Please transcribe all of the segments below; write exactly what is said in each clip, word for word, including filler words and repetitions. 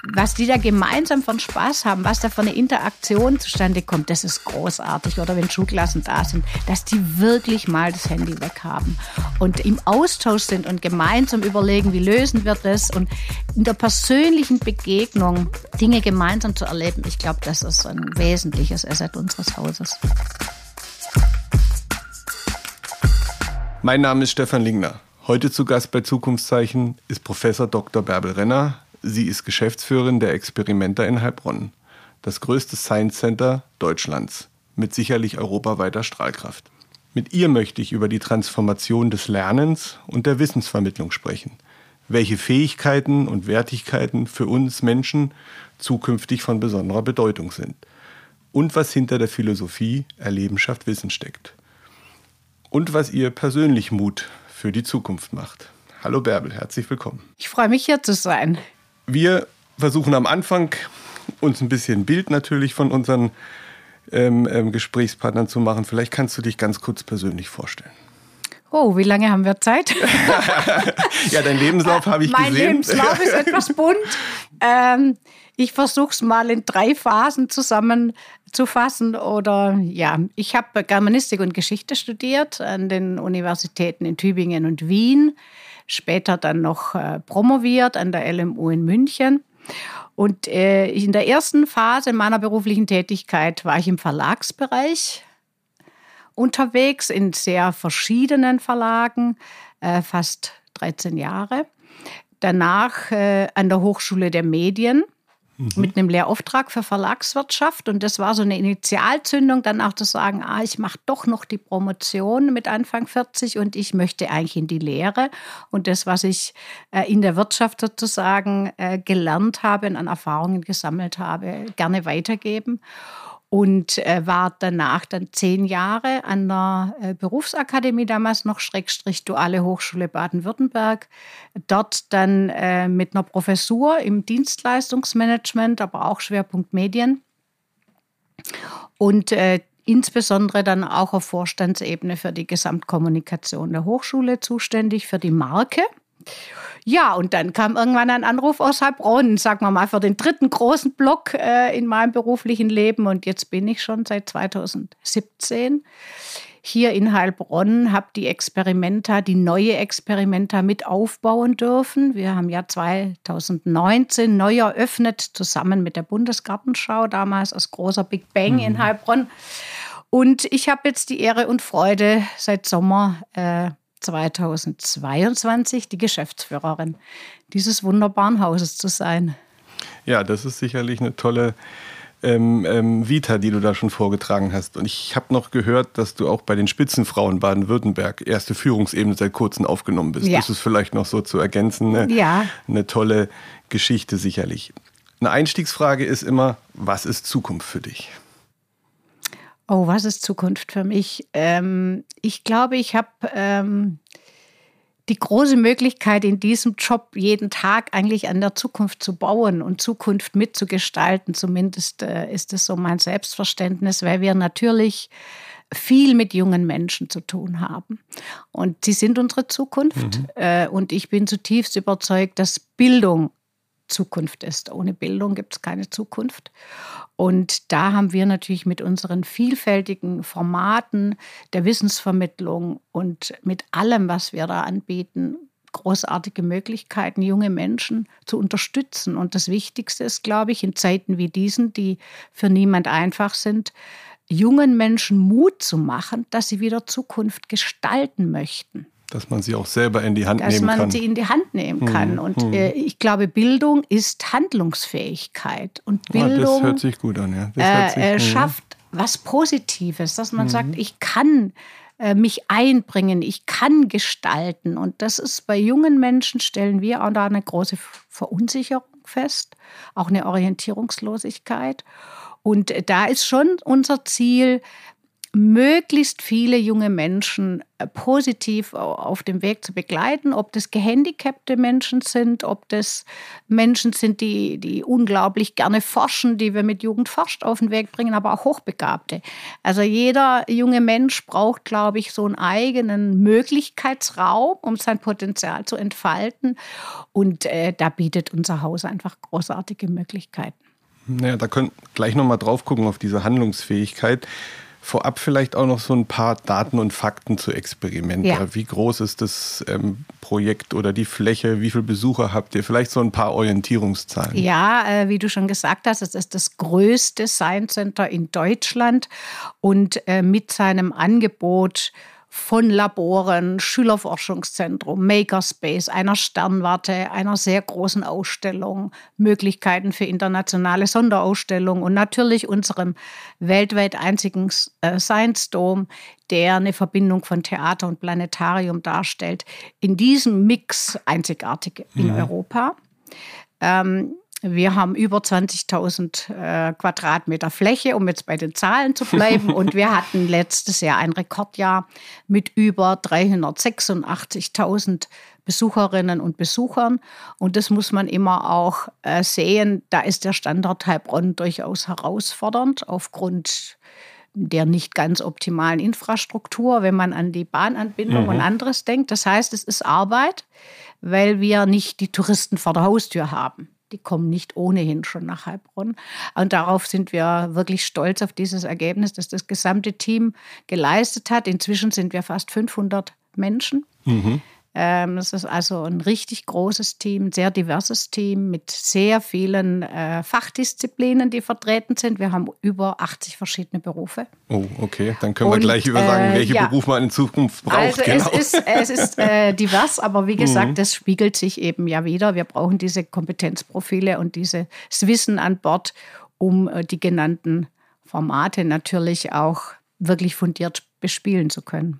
was die da gemeinsam von Spaß haben, was da für eine Interaktion zustande kommt, das ist großartig. Oder wenn Schulklassen da sind, dass die wirklich mal das Handy weghaben und im Austausch sind und gemeinsam überlegen, wie lösen wir das und in der persönlichen Begegnung Dinge gemeinsam zu erleben. Ich glaube, das ist ein wesentliches Asset unseres Hauses. Mein Name ist Stefan Lingner. Heute zu Gast bei Zukunftszeichen ist Professor Doktor Bärbel Renner. Sie ist Geschäftsführerin der Experimenta in Heilbronn, das größte Science Center Deutschlands, mit sicherlich europaweiter Strahlkraft. Mit ihr möchte ich über die Transformation des Lernens und der Wissensvermittlung sprechen. Welche Fähigkeiten und Wertigkeiten für uns Menschen zukünftig von besonderer Bedeutung sind. Und was hinter der Philosophie Erleben schafft Wissen steckt. Und was ihr persönlich Mut für die Zukunft macht. Hallo Bärbel, herzlich willkommen. Ich freue mich, hier zu sein. Wir versuchen am Anfang, uns ein bisschen Bild natürlich von unseren ähm, ähm, Gesprächspartnern zu machen. Vielleicht kannst du dich ganz kurz persönlich vorstellen. Oh, wie lange haben wir Zeit? Ja, dein Lebenslauf habe ich mein gesehen. Mein Lebenslauf ist etwas bunt. Ähm, ich versuche es mal in drei Phasen zusammenzufassen. Oder ja, ich habe Germanistik und Geschichte studiert an den Universitäten in Tübingen und Wien. Später dann noch äh, promoviert an der L M U in München. Und äh, in der ersten Phase meiner beruflichen Tätigkeit war ich im Verlagsbereich unterwegs, in sehr verschiedenen Verlagen, äh, fast dreizehn Jahre. Danach äh, an der Hochschule der Medien. Mhm. Mit einem Lehrauftrag für Verlagswirtschaft. Und das war so eine Initialzündung, dann auch zu sagen, ah, ich mache doch noch die Promotion mit Anfang vierzig und ich möchte eigentlich in die Lehre. Und das, was ich äh, in der Wirtschaft sozusagen äh, gelernt habe und an Erfahrungen gesammelt habe, gerne weitergeben. Und äh, war danach dann zehn Jahre an der äh, Berufsakademie, damals noch Schrägstrich Duale Hochschule Baden-Württemberg. Dort dann äh, mit einer Professur im Dienstleistungsmanagement, aber auch Schwerpunkt Medien. Und äh, insbesondere dann auch auf Vorstandsebene für die Gesamtkommunikation der Hochschule zuständig, für die Marke. Ja, und dann kam irgendwann ein Anruf aus Heilbronn, sagen wir mal, für den dritten großen Block äh, in meinem beruflichen Leben. Und jetzt bin ich schon seit zweitausendsiebzehn hier in Heilbronn, habe die Experimenta, die neue Experimenta mit aufbauen dürfen. Wir haben ja zweitausendneunzehn neu eröffnet, zusammen mit der Bundesgartenschau, damals als großer Big Bang mhm. in Heilbronn. Und ich habe jetzt die Ehre und Freude, seit Sommer äh, zweitausendzweiundzwanzig die Geschäftsführerin dieses wunderbaren Hauses zu sein. Ja, das ist sicherlich eine tolle ähm, ähm, Vita, die du da schon vorgetragen hast. Und ich habe noch gehört, dass du auch bei den Spitzenfrauen Baden-Württemberg erste Führungsebene seit kurzem aufgenommen bist. Ja. Das ist vielleicht noch so zu ergänzen. Eine, ja. eine tolle Geschichte sicherlich. Eine Einstiegsfrage ist immer, was ist Zukunft für dich? Oh, was ist Zukunft für mich? Ähm, ich glaube, ich habe ähm, die große Möglichkeit, in diesem Job jeden Tag eigentlich an der Zukunft zu bauen und Zukunft mitzugestalten. Zumindest äh, ist es so mein Selbstverständnis, weil wir natürlich viel mit jungen Menschen zu tun haben. Und sie sind unsere Zukunft. Mhm. Äh, und ich bin zutiefst überzeugt, dass Bildung Zukunft ist. Ohne Bildung gibt es keine Zukunft. Und da haben wir natürlich mit unseren vielfältigen Formaten der Wissensvermittlung und mit allem, was wir da anbieten, großartige Möglichkeiten, junge Menschen zu unterstützen. Und das Wichtigste ist, glaube ich, in Zeiten wie diesen, die für niemand einfach sind, jungen Menschen Mut zu machen, dass sie wieder Zukunft gestalten möchten. Dass man sie auch selber in die Hand dass nehmen kann. Dass man sie in die Hand nehmen kann. Hm, und hm. äh, ich glaube, Bildung ist Handlungsfähigkeit. Und Bildung ah, das hört sich gut an, ja. Das äh, hört sich, äh, hm. schafft was Positives, dass man hm. sagt, ich kann äh, mich einbringen, ich kann gestalten. Und das ist bei jungen Menschen, stellen wir auch da eine große Verunsicherung fest, auch eine Orientierungslosigkeit. Und da ist schon unser Ziel, möglichst viele junge Menschen positiv auf dem Weg zu begleiten, ob das gehandicapte Menschen sind, ob das Menschen sind, die, die unglaublich gerne forschen, die wir mit Jugend forscht auf den Weg bringen, aber auch Hochbegabte. Also jeder junge Mensch braucht, glaube ich, so einen eigenen Möglichkeitsraum, um sein Potenzial zu entfalten. Und äh, da bietet unser Haus einfach großartige Möglichkeiten. Naja, da können wir gleich nochmal drauf gucken auf diese Handlungsfähigkeit. Vorab vielleicht auch noch so ein paar Daten und Fakten zu Experimenta. Ja. Wie groß ist das ähm, Projekt oder die Fläche? Wie viele Besucher habt ihr? Vielleicht so ein paar Orientierungszahlen. Ja, äh, wie du schon gesagt hast, es ist das größte Science Center in Deutschland und äh, mit seinem Angebot von Laboren, Schülerforschungszentrum, Makerspace, einer Sternwarte, einer sehr großen Ausstellung, Möglichkeiten für internationale Sonderausstellungen und natürlich unserem weltweit einzigen Science Dome, der eine Verbindung von Theater und Planetarium darstellt. In diesem Mix einzigartig in mhm. Europa. Ähm, Wir haben über zwanzigtausend äh, Quadratmeter Fläche, um jetzt bei den Zahlen zu bleiben. Und wir hatten letztes Jahr ein Rekordjahr mit über dreihundertsechsundachtzigtausend Besucherinnen und Besuchern. Und das muss man immer auch äh, sehen. Da ist der Standort Heilbronn durchaus herausfordernd aufgrund der nicht ganz optimalen Infrastruktur, wenn man an die Bahnanbindung mhm. und anderes denkt. Das heißt, es ist Arbeit, weil wir nicht die Touristen vor der Haustür haben. Die kommen nicht ohnehin schon nach Heilbronn. Und darauf sind wir wirklich stolz auf dieses Ergebnis, das das gesamte Team geleistet hat. Inzwischen sind wir fast fünfhundert Menschen. Mhm. Ähm, das ist also ein richtig großes Team, ein sehr diverses Team mit sehr vielen äh, Fachdisziplinen, die vertreten sind. Wir haben über achtzig verschiedene Berufe. Oh, okay. Dann können wir Und, gleich über sagen, äh, welche ja. Beruf man in Zukunft braucht. Also genau. es ist, es ist äh, divers, aber wie gesagt, mhm. das spiegelt sich eben ja wieder. Wir brauchen diese Kompetenzprofile und dieses Wissen an Bord, um äh, die genannten Formate natürlich auch wirklich fundiert bespielen zu können.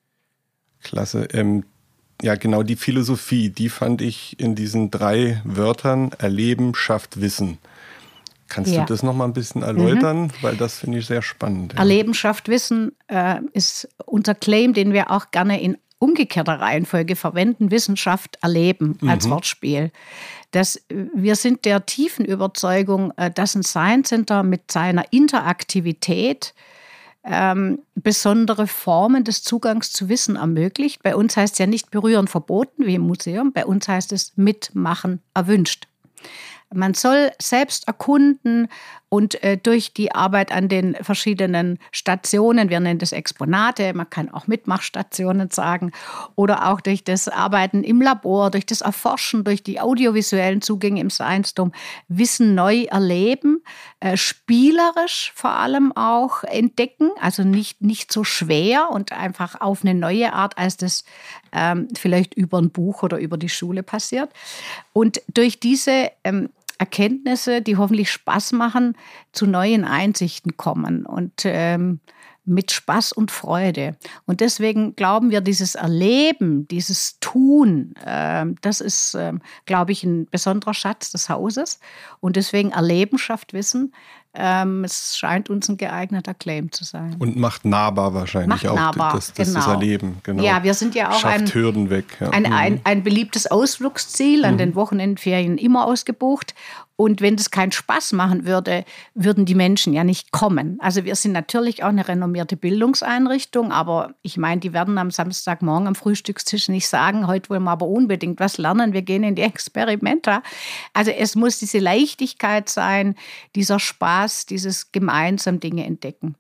Klasse. Ähm, Ja, genau, die Philosophie, die fand ich in diesen drei Wörtern: Erleben, schafft Wissen. Kannst ja. du das noch mal ein bisschen erläutern? Mhm. Weil das finde ich sehr spannend. Ja. Erleben, schafft Wissen äh, ist unser Claim, den wir auch gerne in umgekehrter Reihenfolge verwenden. Wissenschaft erleben als mhm. Wortspiel. Das, wir sind der tiefen Überzeugung, dass ein Science Center mit seiner Interaktivität Ähm, besondere Formen des Zugangs zu Wissen ermöglicht. Bei uns heißt es ja nicht berühren verboten wie im Museum, bei uns heißt es mitmachen erwünscht. Man soll selbst erkunden und äh, durch die Arbeit an den verschiedenen Stationen, wir nennen das Exponate, man kann auch Mitmachstationen sagen, oder auch durch das Arbeiten im Labor, durch das Erforschen, durch die audiovisuellen Zugänge im Science Dome, Wissen neu erleben, äh, spielerisch vor allem auch entdecken, also nicht, nicht so schwer und einfach auf eine neue Art, als das ähm, vielleicht über ein Buch oder über die Schule passiert. Und durch diese ähm, Erkenntnisse, die hoffentlich Spaß machen, zu neuen Einsichten kommen und ähm, mit Spaß und Freude. Und deswegen glauben wir, dieses Erleben, dieses Tun, äh, das ist, äh, glaube ich, ein besonderer Schatz des Hauses. Und deswegen Erleben schafft Wissen. Ähm, es scheint uns ein geeigneter Claim zu sein. Und macht nahbar wahrscheinlich macht auch nahbar, das, das, genau. das Erleben. Genau. Ja, wir sind ja auch schafft ein, Hürden weg. Ja. ein, ein, ein beliebtes Ausflugsziel, an mhm. den Wochenendferien immer ausgebucht. Und wenn das keinen Spaß machen würde, würden die Menschen ja nicht kommen. Also wir sind natürlich auch eine renommierte Bildungseinrichtung, aber ich meine, die werden am Samstagmorgen am Frühstückstisch nicht sagen, heute wollen wir aber unbedingt was lernen, wir gehen in die Experimenta. Also es muss diese Leichtigkeit sein, dieser Spaß, dieses gemeinsam Dinge entdecken.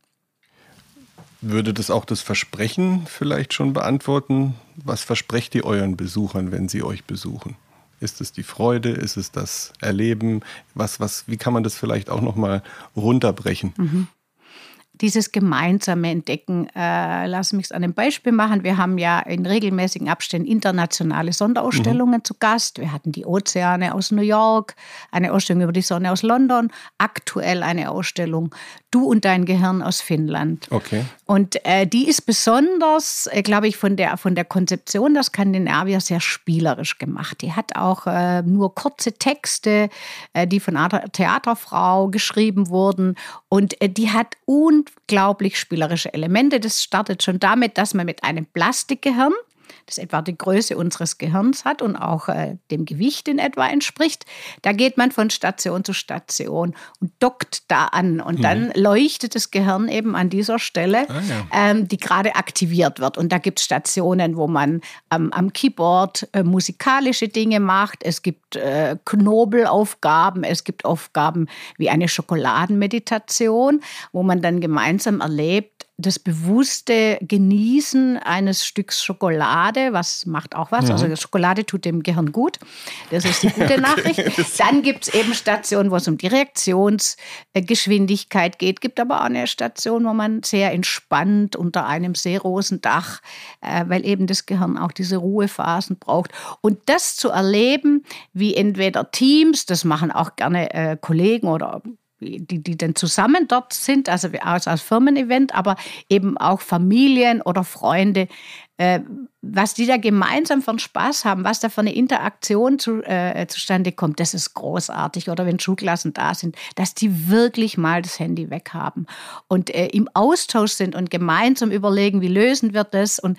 Würde das auch das Versprechen vielleicht schon beantworten? Was versprecht ihr euren Besuchern, wenn sie euch besuchen? Ist es die Freude? Ist es das Erleben? Was, was, wie kann man das vielleicht auch noch mal runterbrechen? Mhm. Dieses gemeinsame Entdecken, äh, lass mich es an einem Beispiel machen. Wir haben ja in regelmäßigen Abständen internationale Sonderausstellungen mhm. zu Gast. Wir hatten die Ozeane aus New York, eine Ausstellung über die Sonne aus London, aktuell eine Ausstellung Du und dein Gehirn aus Finnland. Okay. Und äh, die ist besonders, äh, glaube ich, von der, von der Konzeption der Skandinavier sehr spielerisch gemacht. Die hat auch äh, nur kurze Texte, äh, die von einer Theaterfrau geschrieben wurden. Und äh, die hat unglaublich spielerische Elemente. Das startet schon damit, dass man mit einem Plastikgehirn, das etwa die Größe unseres Gehirns hat und auch äh, dem Gewicht in etwa entspricht. Da geht man von Station zu Station und dockt da an. Und mhm. dann leuchtet das Gehirn eben an dieser Stelle, ah, ja. ähm, die gerade aktiviert wird. Und da gibt es Stationen, wo man ähm, am Keyboard äh, musikalische Dinge macht. Es gibt äh, Knobelaufgaben, es gibt Aufgaben wie eine Schokoladenmeditation, wo man dann gemeinsam erlebt, das bewusste Genießen eines Stücks Schokolade, was macht auch was. Mhm. Also Schokolade tut dem Gehirn gut. Das ist die gute Nachricht. Okay. Dann gibt es eben Stationen, wo es um die Reaktionsgeschwindigkeit geht. Gibt aber auch eine Station, wo man sehr entspannt unter einem Seerosendach, äh, weil eben das Gehirn auch diese Ruhephasen braucht. Und das zu erleben, wie entweder Teams, das machen auch gerne äh, Kollegen oder Die, die dann zusammen dort sind, also als, als Firmen-Event, aber eben auch Familien oder Freunde, äh, was die da gemeinsam für einen Spaß haben, was da für eine Interaktion zu, äh, zustande kommt, das ist großartig. Oder wenn Schulklassen da sind, dass die wirklich mal das Handy weghaben und äh, im Austausch sind und gemeinsam überlegen, wie lösen wir das. Und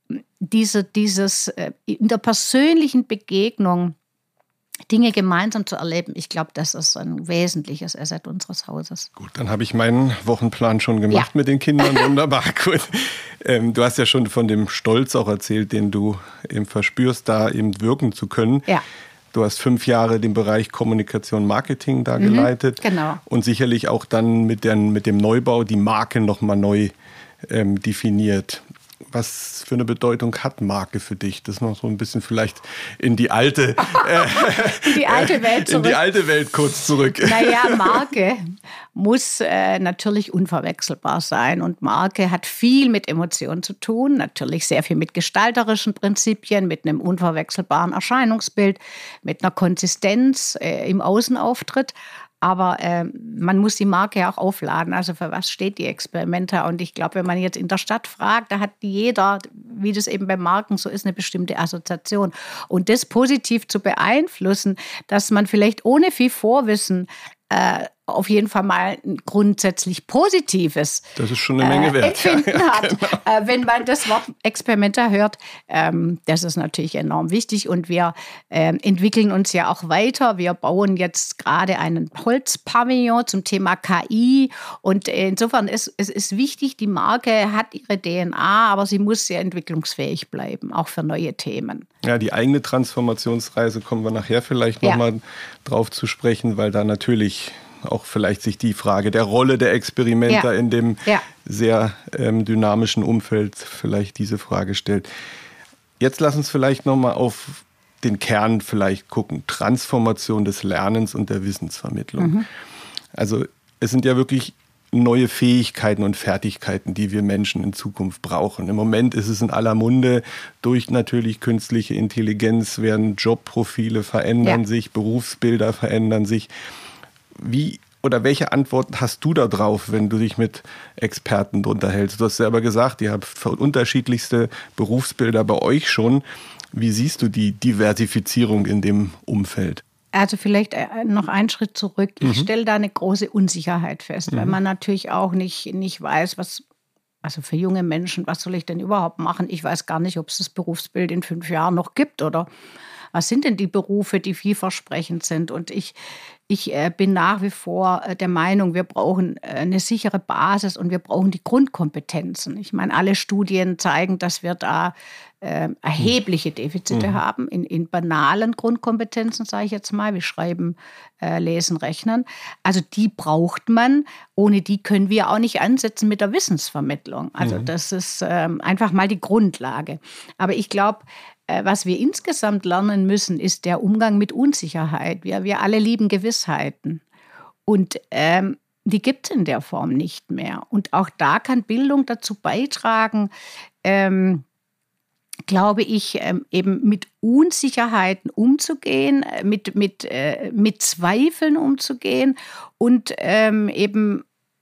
diese, dieses äh, in der persönlichen Begegnung Dinge gemeinsam zu erleben, ich glaube, das ist ein wesentliches Asset unseres Hauses. Gut, dann habe ich meinen Wochenplan schon gemacht ja. mit den Kindern. Wunderbar, gut. Ähm, du hast ja schon von dem Stolz auch erzählt, den du eben verspürst, da eben wirken zu können. Ja. Du hast fünf Jahre den Bereich Kommunikation, Marketing da mhm, geleitet. Genau. Und sicherlich auch dann mit, den, mit dem Neubau die Marke nochmal neu ähm, definiert. Was für eine Bedeutung hat Marke für dich? Das noch so ein bisschen vielleicht in die alte, äh, in die alte Welt zurück. In die alte Welt kurz zurück. Naja, Marke muss äh, natürlich unverwechselbar sein. Und Marke hat viel mit Emotionen zu tun. Natürlich sehr viel mit gestalterischen Prinzipien, mit einem unverwechselbaren Erscheinungsbild, mit einer Konsistenz äh, im Außenauftritt. Aber äh, man muss die Marke ja auch aufladen. Also für was steht die Experimenta? Und ich glaube, wenn man jetzt in der Stadt fragt, da hat jeder, wie das eben bei Marken so ist, eine bestimmte Assoziation. Und das positiv zu beeinflussen, dass man vielleicht ohne viel Vorwissen äh, auf jeden Fall mal ein grundsätzlich Positives das ist schon eine Menge wert. Äh, Empfinden ja, hat. genau. Äh, wenn man das Wort Experimenta hört, ähm, das ist natürlich enorm wichtig. Und wir äh, entwickeln uns ja auch weiter. Wir bauen jetzt gerade einen Holzpavillon zum Thema K I. Und insofern ist es ist wichtig, die Marke hat ihre D N A, aber sie muss sehr entwicklungsfähig bleiben, auch für neue Themen. Ja, die eigene Transformationsreise kommen wir nachher vielleicht nochmal ja. drauf zu sprechen, weil da natürlich auch vielleicht sich die Frage der Rolle der Experimenter ja. in dem ja. sehr ähm, dynamischen Umfeld vielleicht diese Frage stellt. Jetzt lass uns vielleicht nochmal auf den Kern vielleicht gucken. Transformation des Lernens und der Wissensvermittlung. Mhm. Also es sind ja wirklich neue Fähigkeiten und Fertigkeiten, die wir Menschen in Zukunft brauchen. Im Moment ist es in aller Munde. Durch natürlich künstliche Intelligenz werden Jobprofile verändern ja. sich, Berufsbilder verändern sich. Wie oder welche Antworten hast du da drauf, wenn du dich mit Experten unterhältst? Du hast selber gesagt, ihr habt unterschiedlichste Berufsbilder bei euch schon. Wie siehst du die Diversifizierung in dem Umfeld? Also vielleicht noch einen Schritt zurück. Ich mhm. stelle da eine große Unsicherheit fest, mhm. weil man natürlich auch nicht, nicht weiß, was, also für junge Menschen, was soll ich denn überhaupt machen? Ich weiß gar nicht, ob es das Berufsbild in fünf Jahren noch gibt oder was sind denn die Berufe, die vielversprechend sind? Und ich, ich äh, bin nach wie vor äh, der Meinung, wir brauchen äh, eine sichere Basis und wir brauchen die Grundkompetenzen. Ich meine, alle Studien zeigen, dass wir da äh, erhebliche Defizite mhm. haben in, in banalen Grundkompetenzen, sage ich jetzt mal, wie Schreiben, äh, Lesen, Rechnen. Also die braucht man. Ohne die können wir auch nicht ansetzen mit der Wissensvermittlung. Also mhm. das ist äh, einfach mal die Grundlage. Aber ich glaube, was wir insgesamt lernen müssen, ist der Umgang mit Unsicherheit. Wir, wir alle lieben Gewissheiten. Und ähm, die gibt es in der Form nicht mehr. Und auch da kann Bildung dazu beitragen, ähm, glaube ich, ähm, eben mit Unsicherheiten umzugehen, mit, mit, äh, mit Zweifeln umzugehen und ähm, eben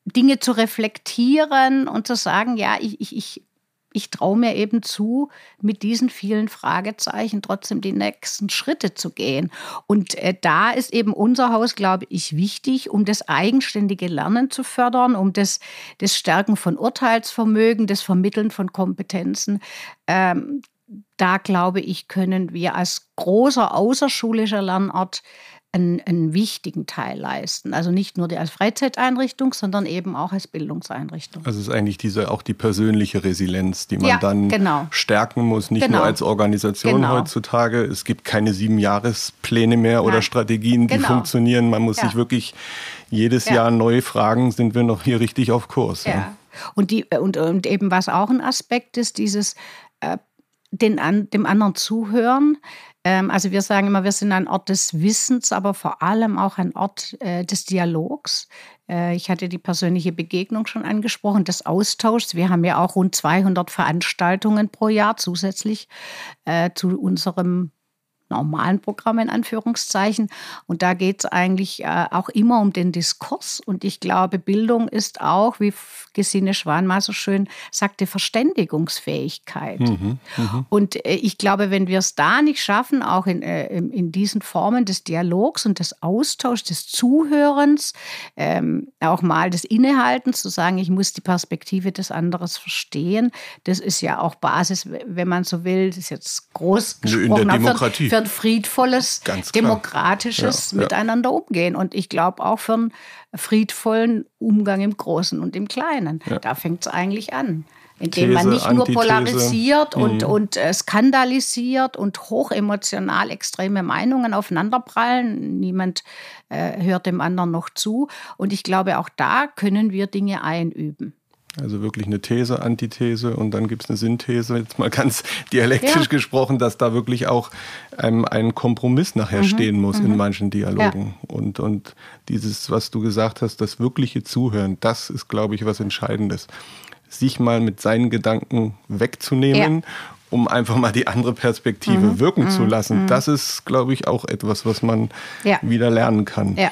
Dinge zu reflektieren und zu sagen, ja, ich, ich, ich, ich traue mir eben zu, mit diesen vielen Fragezeichen trotzdem die nächsten Schritte zu gehen. Und äh, da ist eben unser Haus, glaube ich, wichtig, um das eigenständige Lernen zu fördern, um das, das Stärken von Urteilsvermögen, das Vermitteln von Kompetenzen. Ähm, da, glaube ich, können wir als großer außerschulischer Lernort einen, einen wichtigen Teil leisten. Also nicht nur als Freizeiteinrichtung, sondern eben auch als Bildungseinrichtung. Also es ist eigentlich diese, auch die persönliche Resilienz, die man ja, dann genau. stärken muss, nicht genau. nur als Organisation genau. heutzutage. Es gibt keine Siebenjahrespläne mehr Nein. oder Strategien, die genau. funktionieren. Man muss ja. sich wirklich jedes ja. Jahr neu fragen, sind wir noch hier richtig auf Kurs? Ja. ja. Und, die, und, und eben was auch ein Aspekt ist, dieses äh, den an, dem anderen zuhören. Ähm, also wir sagen immer, wir sind ein Ort des Wissens, aber vor allem auch ein Ort äh, des Dialogs. Äh, ich hatte die persönliche Begegnung schon angesprochen, des Austauschs. Wir haben ja auch rund zweihundert Veranstaltungen pro Jahr zusätzlich äh, zu unserem normalen Programm in Anführungszeichen. Und da geht es eigentlich äh, auch immer um den Diskurs. Und ich glaube, Bildung ist auch, wie Gesine Schwan mal so schön sagte, Verständigungsfähigkeit. Mhm, mh. Und äh, ich glaube, wenn wir es da nicht schaffen, auch in, äh, in diesen Formen des Dialogs und des Austauschs, des Zuhörens, ähm, auch mal des Innehaltens, zu sagen, ich muss die Perspektive des anderen verstehen, das ist ja auch Basis, wenn man so will, das ist jetzt groß gesprochen. In der Demokratie. Für ein friedvolles, demokratisches ja, ja. Miteinander umgehen. Und ich glaube auch für einen friedvollen Umgang im Großen und im Kleinen. Ja. Da fängt es eigentlich an. Indem These, man nicht nur Antithese. polarisiert und, mhm. und äh, skandalisiert und hochemotional extreme Meinungen aufeinanderprallen. Niemand äh, hört dem anderen noch zu. Und ich glaube, auch da können wir Dinge einüben. Also wirklich eine These, Antithese und dann gibt es eine Synthese, jetzt mal ganz dialektisch ja. gesprochen, dass da wirklich auch ähm, ein Kompromiss nachher mhm. stehen muss mhm. in manchen Dialogen. Ja. Und, und dieses, was du gesagt hast, das wirkliche Zuhören, das ist, glaube ich, was Entscheidendes. Sich mal mit seinen Gedanken wegzunehmen, ja. um einfach mal die andere Perspektive mhm. wirken mhm. zu lassen. Mhm. Das ist, glaube ich, auch etwas, was man ja. wieder lernen kann. Ja.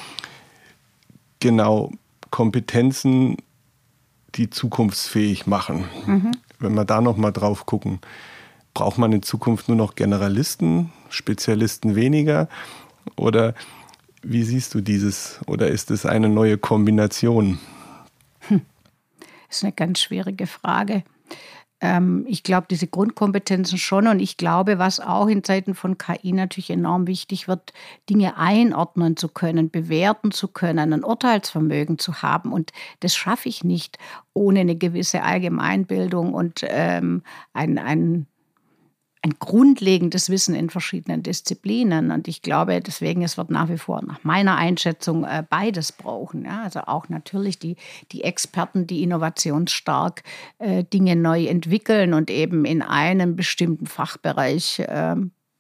Genau, Kompetenzen, die zukunftsfähig machen. Mhm. Wenn wir da noch mal drauf gucken, braucht man in Zukunft nur noch Generalisten, Spezialisten weniger? Oder wie siehst du dieses? Oder ist es eine neue Kombination? Hm. Das ist eine ganz schwierige Frage. Ähm, ich glaube, diese Grundkompetenzen schon. Und ich glaube, was auch in Zeiten von K I natürlich enorm wichtig wird, Dinge einordnen zu können, bewerten zu können, ein Urteilsvermögen zu haben. Und das schaffe ich nicht ohne eine gewisse Allgemeinbildung und ähm, ein, ein ein grundlegendes Wissen in verschiedenen Disziplinen. Und ich glaube, deswegen, es wird nach wie vor nach meiner Einschätzung äh, beides brauchen. Ja? Also auch natürlich die, die Experten, die innovationsstark äh, Dinge neu entwickeln und eben in einem bestimmten Fachbereich äh,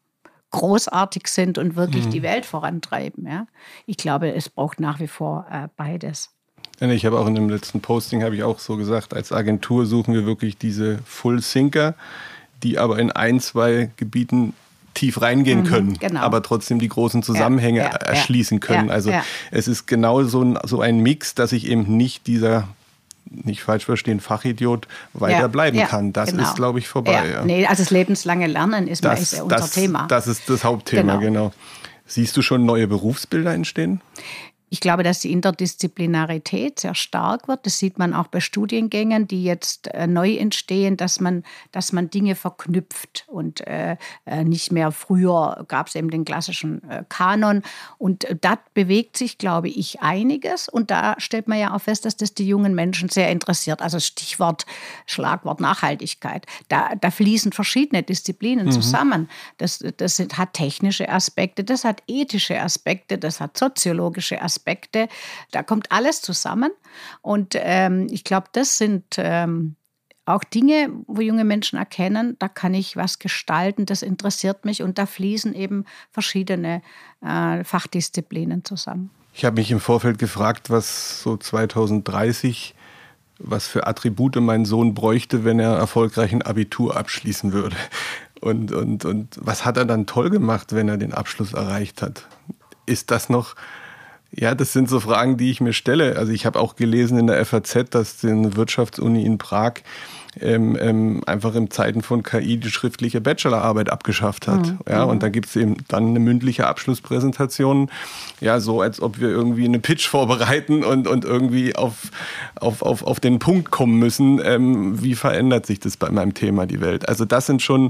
großartig sind und wirklich mhm. die Welt vorantreiben. Ja? Ich glaube, es braucht nach wie vor äh, beides. Ich habe auch in dem letzten Posting, habe ich auch so gesagt, als Agentur suchen wir wirklich diese Full Thinker, die aber in ein, zwei Gebieten tief reingehen mhm, können, genau. aber trotzdem die großen Zusammenhänge ja, ja, erschließen können. Ja, also ja. es ist genau so ein, so ein Mix, dass ich eben nicht dieser, nicht falsch verstehen, Fachidiot weiterbleiben ja, kann. Das genau. ist, glaube ich, vorbei. Ja. Ja. Nee, also das lebenslange Lernen ist, das, ist unser das, Thema. Das ist das Hauptthema, genau. genau. Siehst du schon neue Berufsbilder entstehen? Ich glaube, dass die Interdisziplinarität sehr stark wird. Das sieht man auch bei Studiengängen, die jetzt äh, neu entstehen, dass man, dass man Dinge verknüpft und äh, nicht mehr früher gab es eben den klassischen äh, Kanon. Und äh, da bewegt sich, glaube ich, einiges. Und da stellt man ja auch fest, dass das die jungen Menschen sehr interessiert. Also Stichwort, Schlagwort Nachhaltigkeit. Da, da fließen verschiedene Disziplinen mhm. zusammen. Das, das hat technische Aspekte, das hat ethische Aspekte, das hat soziologische Aspekte. Aspekte. Da kommt alles zusammen. Und ähm, ich glaube, das sind ähm, auch Dinge, wo junge Menschen erkennen, da kann ich was gestalten, das interessiert mich. Und da fließen eben verschiedene äh, Fachdisziplinen zusammen. Ich habe mich im Vorfeld gefragt, was so zwanzig dreißig, was für Attribute mein Sohn bräuchte, wenn er erfolgreich ein Abitur abschließen würde. Und, und, und was hat er dann toll gemacht, wenn er den Abschluss erreicht hat? Ist das noch... Ja, das sind so Fragen, die ich mir stelle. Also ich habe auch gelesen in der F A Z, dass die Wirtschaftsuni in Prag ähm, ähm, einfach in Zeiten von K I die schriftliche Bachelorarbeit abgeschafft hat. Mhm. Ja, und da gibt es eben dann eine mündliche Abschlusspräsentation, ja, so als ob wir irgendwie eine Pitch vorbereiten und, und irgendwie auf, auf, auf, auf den Punkt kommen müssen, ähm, wie verändert sich das bei meinem Thema die Welt. Also das sind schon,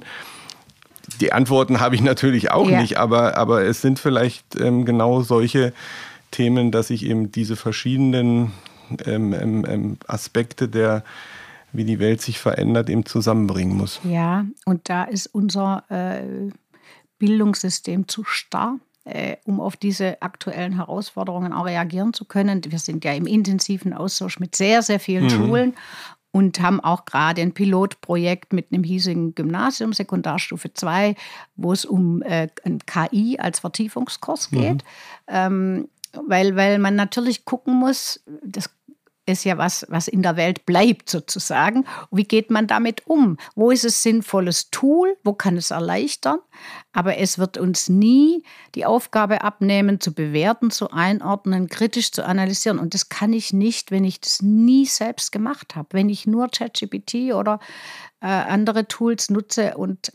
die Antworten habe ich natürlich auch ja. nicht, aber, aber es sind vielleicht ähm, genau solche Themen, dass ich eben diese verschiedenen ähm, ähm, Aspekte der, wie die Welt sich verändert, eben zusammenbringen muss. Ja, und da ist unser äh, Bildungssystem zu starr, äh, um auf diese aktuellen Herausforderungen auch reagieren zu können. Wir sind ja im intensiven Austausch mit sehr, sehr vielen mhm. Schulen und haben auch gerade ein Pilotprojekt mit einem hiesigen Gymnasium, Sekundarstufe zwei, wo es um äh, K I als Vertiefungskurs geht. Mhm. Ähm, Weil, weil man natürlich gucken muss, das ist ja was, was in der Welt bleibt sozusagen. Und wie geht man damit um? Wo ist es sinnvolles Tool? Wo kann es erleichtern? Aber es wird uns nie die Aufgabe abnehmen, zu bewerten, zu einordnen, kritisch zu analysieren. Und das kann ich nicht, wenn ich das nie selbst gemacht habe. Wenn ich nur ChatGPT oder äh, andere Tools nutze und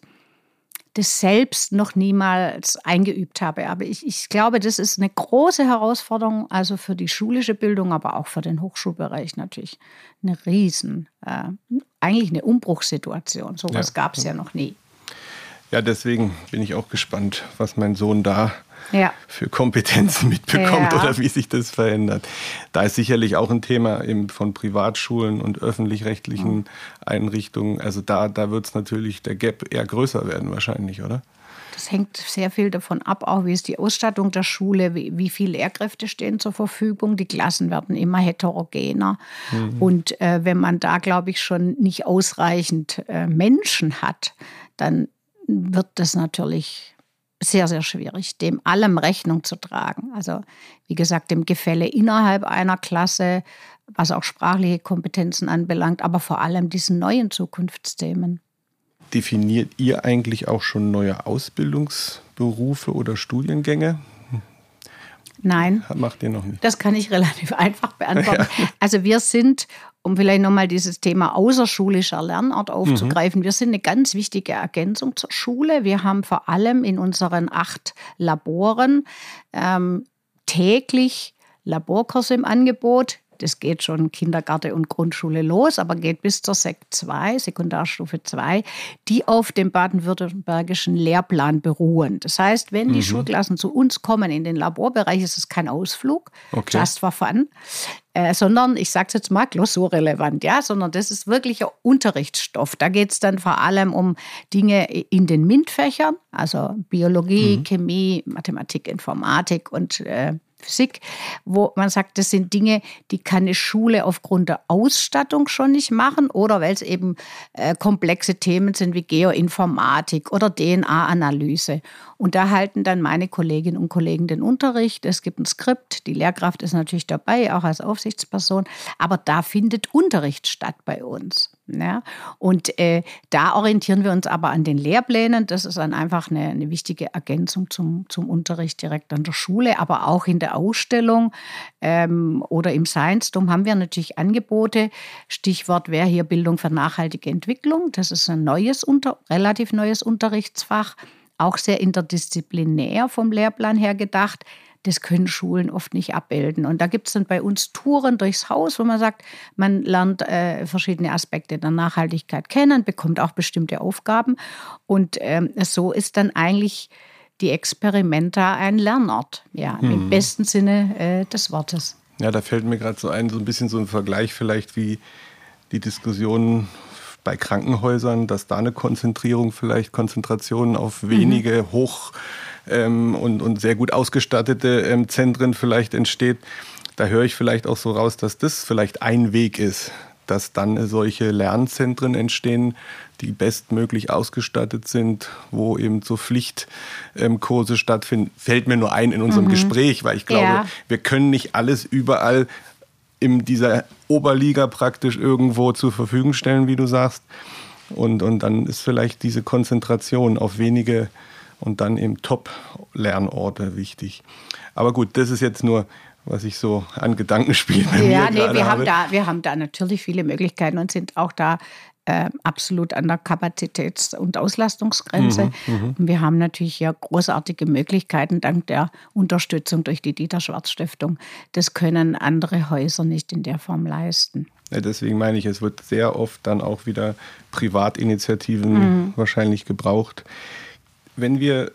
das selbst noch niemals eingeübt habe. Aber ich, ich glaube, das ist eine große Herausforderung, also für die schulische Bildung, aber auch für den Hochschulbereich natürlich eine riesen, äh, eigentlich eine Umbruchssituation. So etwas ja. gab es ja noch nie. Ja, deswegen bin ich auch gespannt, was mein Sohn da ja. für Kompetenzen mitbekommt ja. oder wie sich das verändert. Da ist sicherlich auch ein Thema eben von Privatschulen und öffentlich-rechtlichen ja. Einrichtungen. Also da, da wird es natürlich, der Gap eher größer werden wahrscheinlich, oder? Das hängt sehr viel davon ab, auch wie ist die Ausstattung der Schule, wie, wie viele Lehrkräfte stehen zur Verfügung. Die Klassen werden immer heterogener. Mhm. Und äh, wenn man da, glaube ich, schon nicht ausreichend äh, Menschen hat, dann wird das natürlich sehr, sehr schwierig, dem allem Rechnung zu tragen. Also wie gesagt, dem Gefälle innerhalb einer Klasse, was auch sprachliche Kompetenzen anbelangt, aber vor allem diesen neuen Zukunftsthemen. Definiert ihr eigentlich auch schon neue Ausbildungsberufe oder Studiengänge? Nein. Macht ihr noch nicht? Das kann ich relativ einfach beantworten. Ja. Also wir sind, um vielleicht nochmal dieses Thema außerschulischer Lernort aufzugreifen, mhm. wir sind eine ganz wichtige Ergänzung zur Schule. Wir haben vor allem in unseren acht Laboren ähm, täglich Laborkurse im Angebot. Das geht schon Kindergarten und Grundschule los, aber geht bis zur Sek zwei, Sekundarstufe zwei, die auf dem baden-württembergischen Lehrplan beruhen. Das heißt, wenn die mhm. Schulklassen zu uns kommen in den Laborbereich, ist es kein Ausflug, okay. just for fun, äh, sondern, ich sage es jetzt mal, klausurrelevant, ja, sondern das ist wirklicher Unterrichtsstoff. Da geht es dann vor allem um Dinge in den MINT-Fächern, also Biologie, mhm. Chemie, Mathematik, Informatik und äh, Physik, wo man sagt, das sind Dinge, die kann eine Schule aufgrund der Ausstattung schon nicht machen oder weil es eben äh, komplexe Themen sind wie Geoinformatik oder D N A-Analyse. Und da halten dann meine Kolleginnen und Kollegen den Unterricht. Es gibt ein Skript, die Lehrkraft ist natürlich dabei, auch als Aufsichtsperson, aber da findet Unterricht statt bei uns. Ja, und äh, da orientieren wir uns aber an den Lehrplänen. Das ist dann einfach eine, eine wichtige Ergänzung zum, zum Unterricht direkt an der Schule, aber auch in der Ausstellung ähm, oder im Science Dome haben wir natürlich Angebote. Stichwort wäre hier Bildung für nachhaltige Entwicklung. Das ist ein neues, unter, relativ neues Unterrichtsfach, auch sehr interdisziplinär vom Lehrplan her gedacht. Das können Schulen oft nicht abbilden. Und da gibt es dann bei uns Touren durchs Haus, wo man sagt, man lernt äh, verschiedene Aspekte der Nachhaltigkeit kennen, bekommt auch bestimmte Aufgaben. Und ähm, so ist dann eigentlich die Experimenta ein Lernort, ja, hm. im besten Sinne äh, des Wortes. Ja, da fällt mir gerade so ein, so ein bisschen so ein Vergleich vielleicht wie die Diskussion bei Krankenhäusern, dass da eine Konzentrierung, vielleicht Konzentration auf wenige mhm. hoch ähm, und, und sehr gut ausgestattete ähm, Zentren vielleicht entsteht. Da höre ich vielleicht auch so raus, dass das vielleicht ein Weg ist, dass dann solche Lernzentren entstehen, die bestmöglich ausgestattet sind, wo eben so Pflichtkurse ähm, stattfinden. Fällt mir nur ein in unserem mhm. Gespräch, weil ich glaube, ja. wir können nicht alles überall in dieser Oberliga praktisch irgendwo zur Verfügung stellen, wie du sagst. Und, und dann ist vielleicht diese Konzentration auf wenige und dann eben Top-Lernorte wichtig. Aber gut, das ist jetzt nur, was ich so an Gedankenspielen bei ja, mir nee, wir habe. haben da, wir haben da natürlich viele Möglichkeiten und sind auch da äh, absolut an der Kapazitäts- und Auslastungsgrenze. Mhm, und wir haben natürlich hier großartige Möglichkeiten dank der Unterstützung durch die Dieter-Schwarz-Stiftung. Das können andere Häuser nicht in der Form leisten. Ja, deswegen meine ich, es wird sehr oft dann auch wieder Privatinitiativen mhm. wahrscheinlich gebraucht. Wenn wir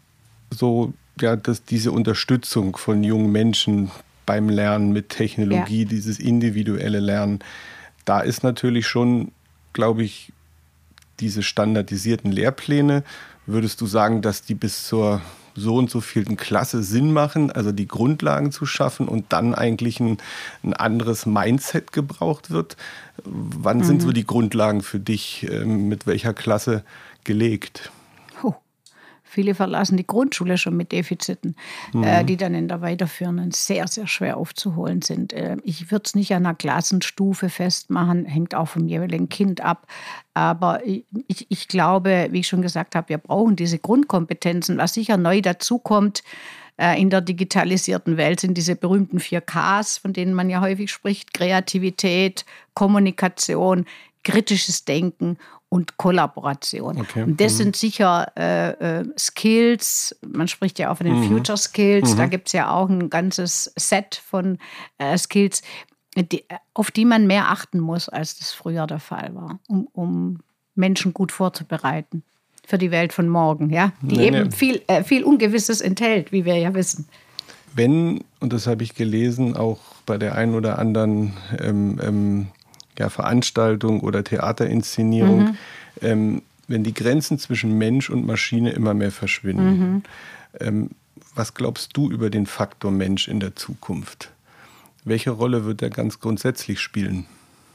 so, ja, dass diese Unterstützung von jungen Menschen beim Lernen mit Technologie, ja. dieses individuelle Lernen, da ist natürlich schon, glaube ich, diese standardisierten Lehrpläne. Würdest du sagen, dass die bis zur so und so vielten Klasse Sinn machen, also die Grundlagen zu schaffen und dann eigentlich ein, ein anderes Mindset gebraucht wird? Wann mhm. sind so die Grundlagen für dich, äh, mit welcher Klasse gelegt? Oh. Viele verlassen die Grundschule schon mit Defiziten, mhm. äh, die dann in der weiterführenden sehr, sehr schwer aufzuholen sind. Äh, ich würde es nicht an einer Klassenstufe festmachen, hängt auch vom jeweiligen Kind ab. Aber ich, ich glaube, wie ich schon gesagt habe, wir brauchen diese Grundkompetenzen. Was sicher neu dazukommt äh, in der digitalisierten Welt, sind diese berühmten vier Ks, von denen man ja häufig spricht: Kreativität, Kommunikation, kritisches Denken und Kollaboration. Okay. Und das mhm. sind sicher äh, äh, Skills, man spricht ja auch von den mhm. Future Skills, mhm. da gibt es ja auch ein ganzes Set von äh, Skills, die, auf die man mehr achten muss, als das früher der Fall war, um, um Menschen gut vorzubereiten für die Welt von morgen, ja? Die nee, eben nee. Viel, äh, viel Ungewisses enthält, wie wir ja wissen. Wenn, und das habe ich gelesen, auch bei der einen oder anderen ähm, ähm, ja, Veranstaltung oder Theaterinszenierung, mhm. ähm, wenn die Grenzen zwischen Mensch und Maschine immer mehr verschwinden. Mhm. Ähm, was glaubst du über den Faktor Mensch in der Zukunft? Welche Rolle wird er ganz grundsätzlich spielen?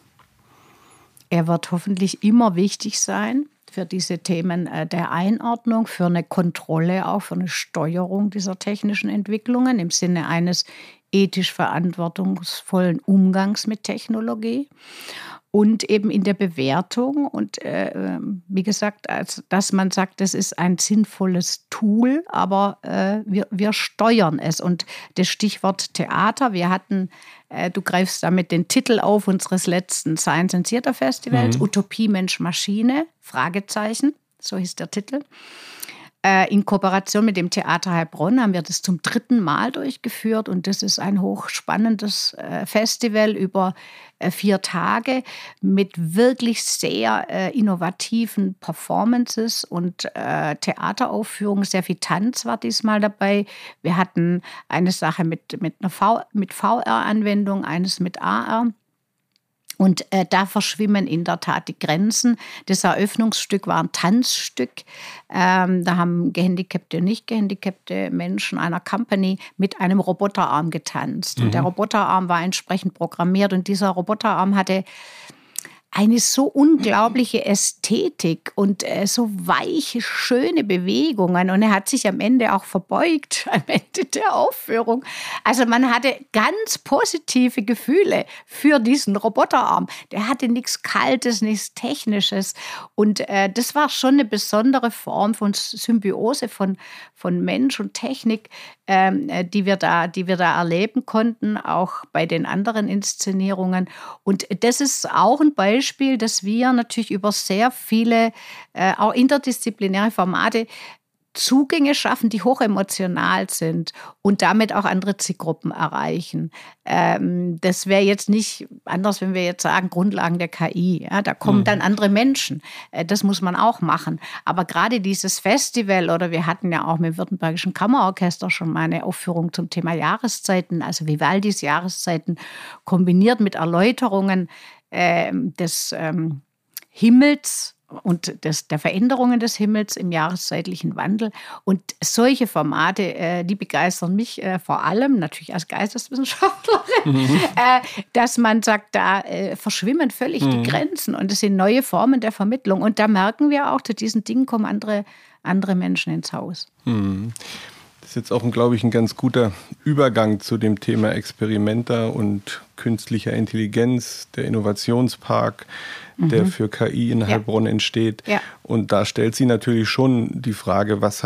Er wird hoffentlich immer wichtig sein für diese Themen der Einordnung, für eine Kontrolle, auch für eine Steuerung dieser technischen Entwicklungen im Sinne eines ethisch verantwortungsvollen Umgangs mit Technologie und eben in der Bewertung und äh, wie gesagt, als, dass man sagt, das ist ein sinnvolles Tool, aber äh, wir, wir steuern es. Und das Stichwort Theater, wir hatten, äh, du greifst damit den Titel auf unseres letzten Science and Theater Festivals, mhm. Utopie Mensch Maschine, Fragezeichen, so hieß der Titel. In Kooperation mit dem Theater Heilbronn haben wir das zum dritten Mal durchgeführt und das ist ein hochspannendes Festival über vier Tage mit wirklich sehr innovativen Performances und Theateraufführungen. Sehr viel Tanz war diesmal dabei. Wir hatten eine Sache mit, mit einer v, mit V R-Anwendung, eines mit A R. Und äh, da verschwimmen in der Tat die Grenzen. Das Eröffnungsstück war ein Tanzstück. Ähm, da haben gehandicapte und nicht gehandicapte Menschen einer Company mit einem Roboterarm getanzt. Mhm. Und der Roboterarm war entsprechend programmiert. Und dieser Roboterarm hatte eine so unglaubliche Ästhetik und äh, so weiche, schöne Bewegungen. Und er hat sich am Ende auch verbeugt, am Ende der Aufführung. Also man hatte ganz positive Gefühle für diesen Roboterarm. Der hatte nichts Kaltes, nichts Technisches. Und äh, das war schon eine besondere Form von Symbiose von, von Mensch und Technik, ähm, die wir da, die wir da erleben konnten, auch bei den anderen Inszenierungen. Und das ist auch ein Beispiel, Beispiel, dass wir natürlich über sehr viele, äh, auch interdisziplinäre Formate Zugänge schaffen, die hochemotional sind und damit auch andere Zielgruppen erreichen. Ähm, das wäre jetzt nicht anders, wenn wir jetzt sagen, Grundlagen der K I. Ja, da kommen mhm. dann andere Menschen. Äh, das muss man auch machen. Aber gerade dieses Festival, oder wir hatten ja auch mit dem Württembergischen Kammerorchester schon mal eine Aufführung zum Thema Jahreszeiten, also Vivaldis Jahreszeiten, kombiniert mit Erläuterungen äh, des ähm, Himmels und des, der Veränderungen des Himmels im jahreszeitlichen Wandel. Und solche Formate, äh, die begeistern mich äh, vor allem, natürlich als Geisteswissenschaftlerin, mhm. äh, dass man sagt, da äh, verschwimmen völlig mhm. die Grenzen und es sind neue Formen der Vermittlung. Und da merken wir auch, zu diesen Dingen kommen andere, andere Menschen ins Haus. Mhm. Das ist jetzt auch, glaube ich, ein ganz guter Übergang zu dem Thema Experimenta und künstlicher Intelligenz, der Innovationspark, mhm. der für K I in Heilbronn ja. entsteht. Ja. Und da stellt sie natürlich schon die Frage, was hat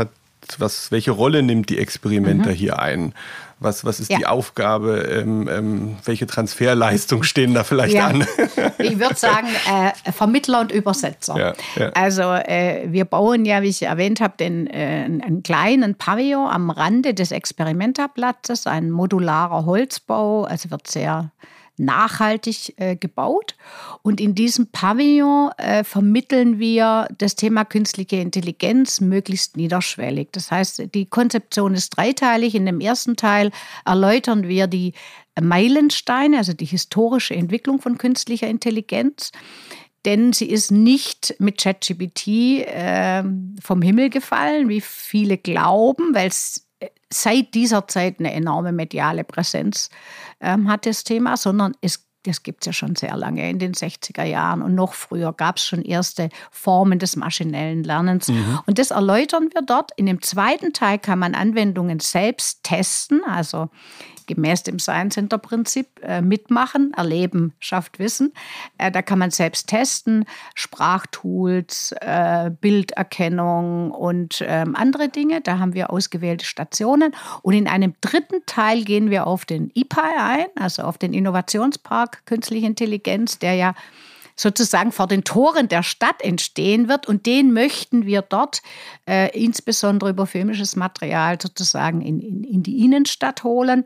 was, welche Rolle nimmt die Experimenter Mhm. hier ein? Was, was ist Ja. die Aufgabe? Ähm, ähm, welche Transferleistungen stehen da vielleicht Ja. an? Ich würde sagen, äh, Vermittler und Übersetzer. Ja, ja. Also äh, wir bauen ja, wie ich erwähnt habe, den, äh, einen kleinen Pavillon am Rande des Experimenterplatzes, ein modularer Holzbau, also wird sehr nachhaltig äh, gebaut. Und in diesem Pavillon äh, vermitteln wir das Thema künstliche Intelligenz möglichst niederschwellig. Das heißt, die Konzeption ist dreiteilig. In dem ersten Teil erläutern wir die Meilensteine, also die historische Entwicklung von künstlicher Intelligenz. Denn sie ist nicht mit ChatGPT äh, vom Himmel gefallen, wie viele glauben, weil es seit dieser Zeit eine enorme mediale Präsenz ähm, hat, das Thema, sondern es, das gibt es ja schon sehr lange, in den sechziger Jahren und noch früher gab es schon erste Formen des maschinellen Lernens. Mhm. Und das erläutern wir dort. In dem zweiten Teil kann man Anwendungen selbst testen, also gemäß dem Science Center Prinzip äh, mitmachen, erleben, schafft Wissen. Äh, da kann man selbst testen, Sprachtools, äh, Bilderkennung und ähm, andere Dinge. Da haben wir ausgewählte Stationen. Und in einem dritten Teil gehen wir auf den I P A I ein, also auf den Innovationspark Künstliche Intelligenz, der ja sozusagen vor den Toren der Stadt entstehen wird. Und den möchten wir dort äh, insbesondere über filmisches Material sozusagen in, in, in die Innenstadt holen.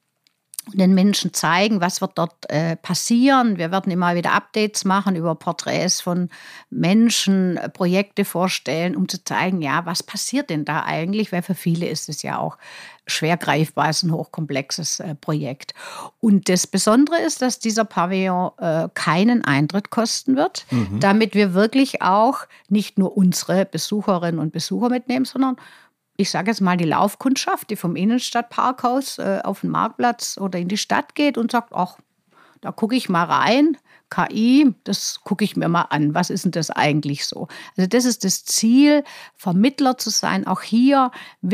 Den Menschen zeigen, was wird dort äh, passieren. Wir werden immer wieder Updates machen über Porträts von Menschen, äh, Projekte vorstellen, um zu zeigen, ja, was passiert denn da eigentlich? Weil für viele ist es ja auch schwer greifbar, ist ein hochkomplexes äh, Projekt. Und das Besondere ist, dass dieser Pavillon äh, keinen Eintritt kosten wird, mhm. damit wir wirklich auch nicht nur unsere Besucherinnen und Besucher mitnehmen, sondern ich sage jetzt mal die Laufkundschaft, die vom Innenstadtparkhaus äh, auf den Marktplatz oder in die Stadt geht und sagt, ach, da gucke ich mal rein, K I, das gucke ich mir mal an, was ist denn das eigentlich so? Also das ist das Ziel, Vermittler zu sein, auch hier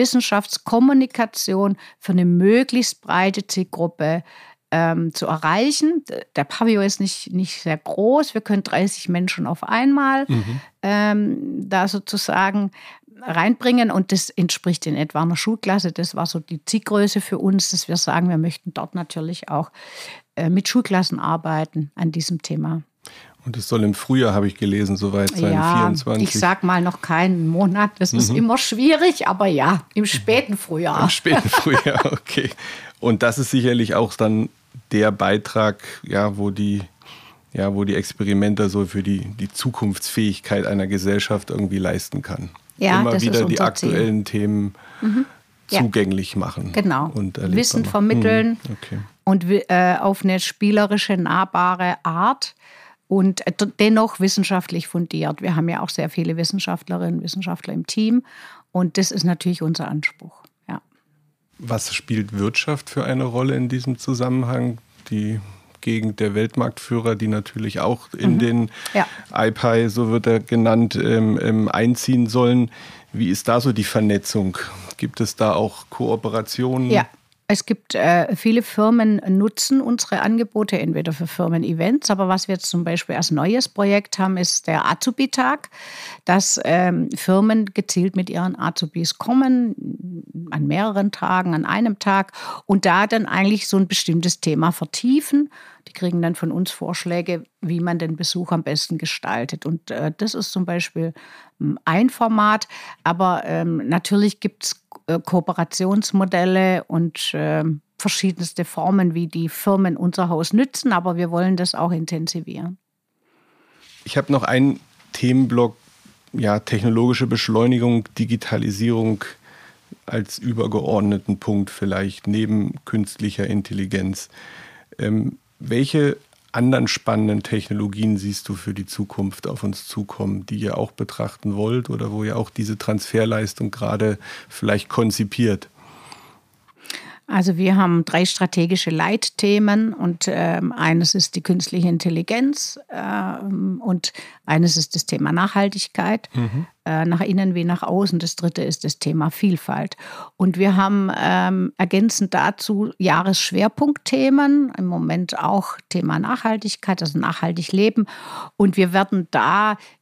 Wissenschaftskommunikation für eine möglichst breite Zielgruppe ähm, zu erreichen. Der Pavillon ist nicht, nicht sehr groß, wir können dreißig Menschen auf einmal mhm. ähm, da sozusagen reinbringen und das entspricht in etwa einer Schulklasse. Das war so die Zielgröße für uns, dass wir sagen, wir möchten dort natürlich auch äh, mit Schulklassen arbeiten an diesem Thema. Und es soll im Frühjahr, habe ich gelesen, soweit sein, ja, vierundzwanzig. Ich sage mal noch keinen Monat, das mhm. ist immer schwierig, aber ja, im späten Frühjahr. Im späten Frühjahr, okay. Und das ist sicherlich auch dann der Beitrag, ja, wo die ja, wo die Experimenter so für die, die Zukunftsfähigkeit einer Gesellschaft irgendwie leisten kann. Ja, immer das wieder ist die unser aktuellen Ziel. Themen mhm. zugänglich ja. machen. Genau. Und Wissen vermitteln mhm. okay. und äh, auf eine spielerische, nahbare Art und äh, dennoch wissenschaftlich fundiert. Wir haben ja auch sehr viele Wissenschaftlerinnen und Wissenschaftler im Team und das ist natürlich unser Anspruch. Ja. Was spielt Wirtschaft für eine Rolle in diesem Zusammenhang? Die Gegend der Weltmarktführer, die natürlich auch in mhm. den ja. I P A I, so wird er genannt, ähm, ähm, einziehen sollen. Wie ist da so die Vernetzung? Gibt es da auch Kooperationen? Ja, es gibt äh, viele Firmen nutzen unsere Angebote, entweder für Firmen-Events, aber was wir jetzt zum Beispiel als neues Projekt haben, ist der Azubi-Tag, dass ähm, Firmen gezielt mit ihren Azubis kommen, an mehreren Tagen, an einem Tag und da dann eigentlich so ein bestimmtes Thema vertiefen. Die kriegen dann von uns Vorschläge, wie man den Besuch am besten gestaltet. Und äh, das ist zum Beispiel ein Format. Aber ähm, natürlich gibt es äh, Kooperationsmodelle und äh, verschiedenste Formen, wie die Firmen unser Haus nützen. Aber wir wollen das auch intensivieren. Ich habe noch einen Themenblock, ja, technologische Beschleunigung, Digitalisierung als übergeordneten Punkt vielleicht neben künstlicher Intelligenz. Ähm, welche anderen spannenden Technologien siehst du für die Zukunft auf uns zukommen, die ihr auch betrachten wollt oder wo ihr auch diese Transferleistung gerade vielleicht konzipiert? Also wir haben drei strategische Leitthemen und ähm, eines ist die künstliche Intelligenz ähm, und eines ist das Thema Nachhaltigkeit, mhm. äh, nach innen wie nach außen. Das dritte ist das Thema Vielfalt. Und wir haben ähm, ergänzend dazu Jahresschwerpunktthemen, im Moment auch Thema Nachhaltigkeit, also nachhaltig leben. Und wir werden da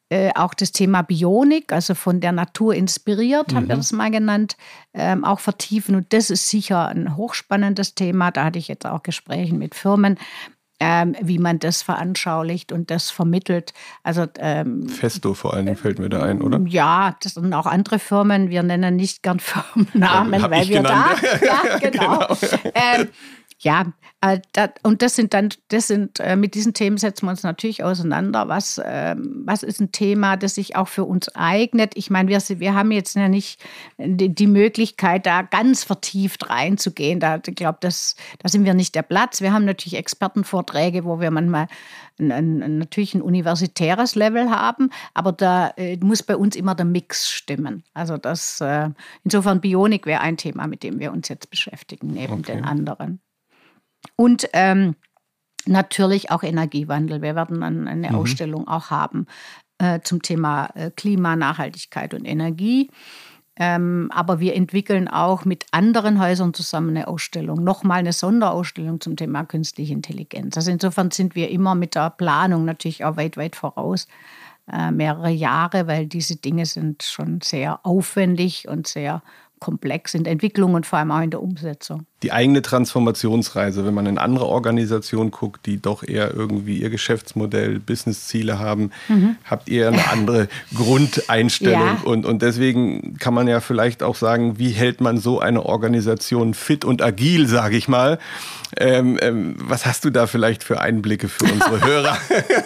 Äh, auch das Thema Bionik, also von der Natur inspiriert, haben mhm. wir das mal genannt, ähm, auch vertiefen. Und das ist sicher ein hochspannendes Thema. Da hatte ich jetzt auch Gespräche mit Firmen, ähm, wie man das veranschaulicht und das vermittelt. Also ähm, Festo vor allen Dingen fällt mir da ein, oder? Ja, das sind auch andere Firmen. Wir nennen nicht gern Firmennamen, ja, weil wir genannt. da, ja, genau. genau. Ähm, Ja, äh, dat, und das sind dann, das sind, äh, mit diesen Themen setzen wir uns natürlich auseinander. Was, ähm, was ist ein Thema, das sich auch für uns eignet? Ich meine, wir, wir haben jetzt ja nicht die, die Möglichkeit, da ganz vertieft reinzugehen. Da, ich glaube, das, da sind wir nicht der Platz. Wir haben natürlich Expertenvorträge, wo wir manchmal ein, ein, natürlich ein universitäres Level haben, aber da äh, muss bei uns immer der Mix stimmen. Also das, äh, insofern Bionik wäre ein Thema, mit dem wir uns jetzt beschäftigen, neben okay. den anderen. Und ähm, natürlich auch Energiewandel. Wir werden eine mhm. Ausstellung auch haben äh, zum Thema äh, Klima, Nachhaltigkeit und Energie. Ähm, aber wir entwickeln auch mit anderen Häusern zusammen eine Ausstellung, nochmal eine Sonderausstellung zum Thema künstliche Intelligenz. Also insofern sind wir immer mit der Planung natürlich auch weit, weit voraus, äh, mehrere Jahre, weil diese Dinge sind schon sehr aufwendig und sehr komplex in der Entwicklung und vor allem auch in der Umsetzung. Die eigene Transformationsreise, wenn man in andere Organisationen guckt, die doch eher irgendwie ihr Geschäftsmodell, Businessziele haben, mhm. habt ihr eine andere Grundeinstellung. Ja. Und, und deswegen kann man ja vielleicht auch sagen, wie hält man so eine Organisation fit und agil, sage ich mal. Ähm, ähm, was hast du da vielleicht für Einblicke für unsere Hörer?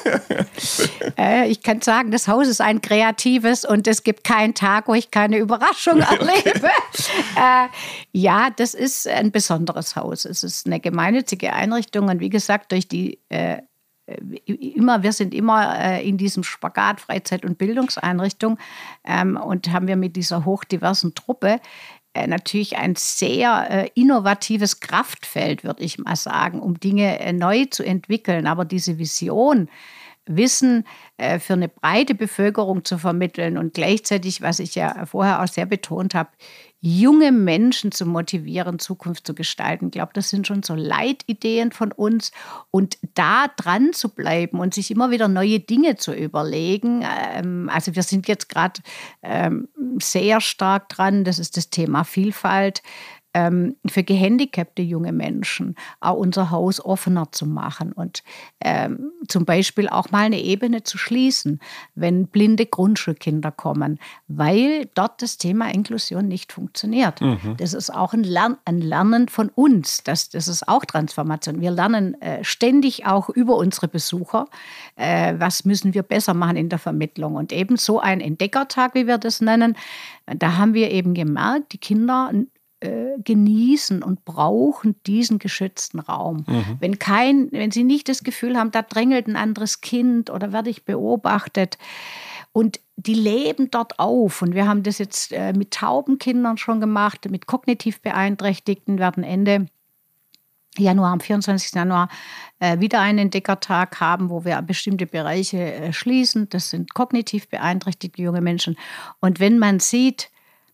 äh, ich kann sagen, das Haus ist ein kreatives und es gibt keinen Tag, wo ich keine Überraschung erlebe. Okay. Äh, ja, das ist ein besonderes Haus. Es ist eine gemeinnützige Einrichtung und wie gesagt, durch die äh, immer, wir sind immer äh, in diesem Spagat Freizeit- und Bildungseinrichtung ähm, und haben wir mit dieser hochdiversen Truppe äh, natürlich ein sehr äh, innovatives Kraftfeld, würde ich mal sagen, um Dinge äh, neu zu entwickeln. Aber diese Vision, Wissen äh, für eine breite Bevölkerung zu vermitteln und gleichzeitig, was ich ja vorher auch sehr betont habe, junge Menschen zu motivieren, Zukunft zu gestalten. Ich glaube, das sind schon so Leitideen von uns. Und da dran zu bleiben und sich immer wieder neue Dinge zu überlegen. Ähm, also wir sind jetzt gerade ähm, sehr stark dran, das ist das Thema Vielfalt. Für gehandicapte junge Menschen auch unser Haus offener zu machen und ähm, zum Beispiel auch mal eine Ebene zu schließen, wenn blinde Grundschulkinder kommen, weil dort das Thema Inklusion nicht funktioniert. Mhm. Das ist auch ein, Lern- ein Lernen von uns, das, das ist auch Transformation. Wir lernen äh, ständig auch über unsere Besucher, äh, was müssen wir besser machen in der Vermittlung. Und eben so ein Entdeckertag, wie wir das nennen, da haben wir eben gemerkt, die Kinder genießen und brauchen diesen geschützten Raum. Mhm. Wenn kein, wenn sie nicht das Gefühl haben, da drängelt ein anderes Kind oder werde ich beobachtet. Und die leben dort auf. Und wir haben das jetzt mit tauben Kindern schon gemacht, mit kognitiv Beeinträchtigten, werden Ende Januar, am vierundzwanzigsten Januar, äh, wieder einen Entdeckertag haben, wo wir bestimmte Bereiche äh, schließen. Das sind kognitiv beeinträchtigte junge Menschen. Und wenn man sieht,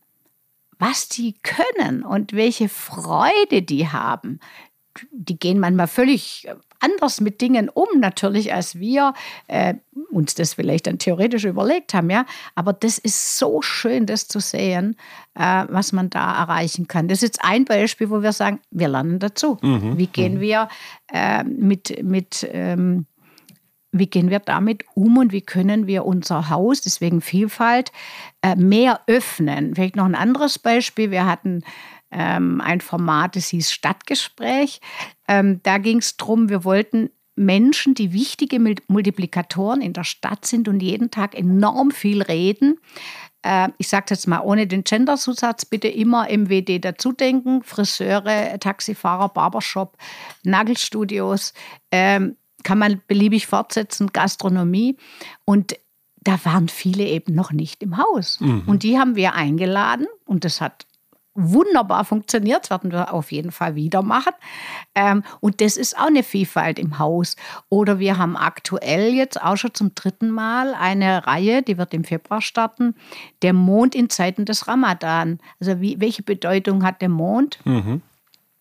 was die können und welche Freude die haben. Die gehen manchmal völlig anders mit Dingen um, natürlich, als wir äh, uns das vielleicht dann theoretisch überlegt haben. Ja? Aber das ist so schön, das zu sehen, äh, was man da erreichen kann. Das ist jetzt ein Beispiel, wo wir sagen, wir lernen dazu. Mhm. Wie gehen mhm. wir äh, mit... mit ähm, Wie gehen wir damit um und wie können wir unser Haus, deswegen Vielfalt, mehr öffnen? Vielleicht noch ein anderes Beispiel. Wir hatten ähm, ein Format, das hieß Stadtgespräch. Ähm, da ging es darum, wir wollten Menschen, die wichtige Multiplikatoren in der Stadt sind und jeden Tag enorm viel reden. Äh, ich sage jetzt mal, ohne den Gender-Zusatz, bitte immer M W D dazu denken. Friseure, Taxifahrer, Barbershop, Nagelstudios, ähm, kann man beliebig fortsetzen, Gastronomie. Und da waren viele eben noch nicht im Haus. Mhm. Und die haben wir eingeladen und das hat wunderbar funktioniert. Das werden wir auf jeden Fall wieder machen. Ähm, und das ist auch eine Vielfalt im Haus. Oder wir haben aktuell jetzt auch schon zum dritten Mal eine Reihe, die wird im Februar starten, der Mond in Zeiten des Ramadan. Also wie, welche Bedeutung hat der Mond? Mhm.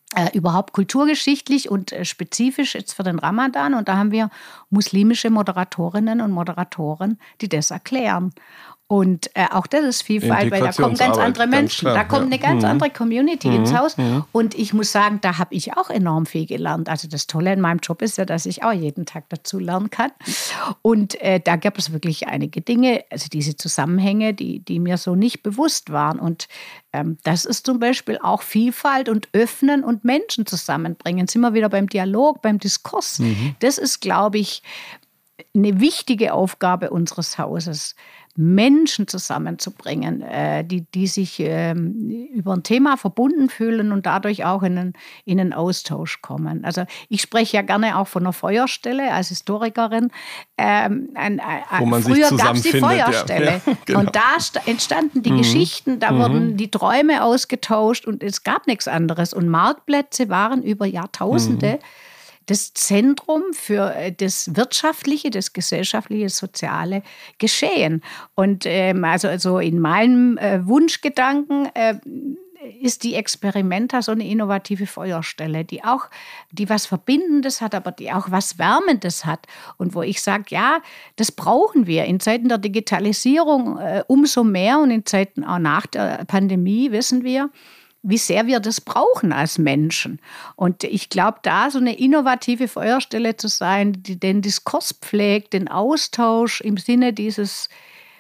Äh, überhaupt kulturgeschichtlich und äh, spezifisch jetzt für den Ramadan. Und da haben wir muslimische Moderatorinnen und Moderatoren, die das erklären. Und äh, auch das ist Vielfalt, weil da kommen ganz andere Menschen, klar, da kommt ja. eine ganz mhm. andere Community mhm. ins Haus. Mhm. Und ich muss sagen, da habe ich auch enorm viel gelernt. Also das Tolle in meinem Job ist ja, dass ich auch jeden Tag dazu lernen kann. Und äh, da gab es wirklich einige Dinge, also diese Zusammenhänge, die, die mir so nicht bewusst waren. Und ähm, das ist zum Beispiel auch Vielfalt und Öffnen und Menschen zusammenbringen. Sind wir wieder beim Dialog, beim Diskurs. Mhm. Das ist, glaube ich, eine wichtige Aufgabe unseres Hauses, Menschen zusammenzubringen, äh, die, die sich äh, über ein Thema verbunden fühlen und dadurch auch in einen, in einen Austausch kommen. Also ich spreche ja gerne auch von einer Feuerstelle als Historikerin. Ähm, ein, ein, Wo man früher sich gab es die Feuerstelle. Ja. Ja, genau. Und da entstanden die mhm. Geschichten, da mhm. wurden die Träume ausgetauscht und es gab nichts anderes. Und Marktplätze waren über Jahrtausende mhm. das Zentrum für das wirtschaftliche, das gesellschaftliche, das soziale Geschehen. Und ähm, also, also in meinem äh, Wunschgedanken äh, ist die Experimenta so eine innovative Feuerstelle, die auch, die was Verbindendes hat, aber die auch was Wärmendes hat. Und wo ich sage, ja, das brauchen wir in Zeiten der Digitalisierung äh, umso mehr und in Zeiten auch nach der Pandemie wissen wir, wie sehr wir das brauchen als Menschen. Und ich glaube, da so eine innovative Feuerstelle zu sein, die den Diskurs pflegt, den Austausch im Sinne dieses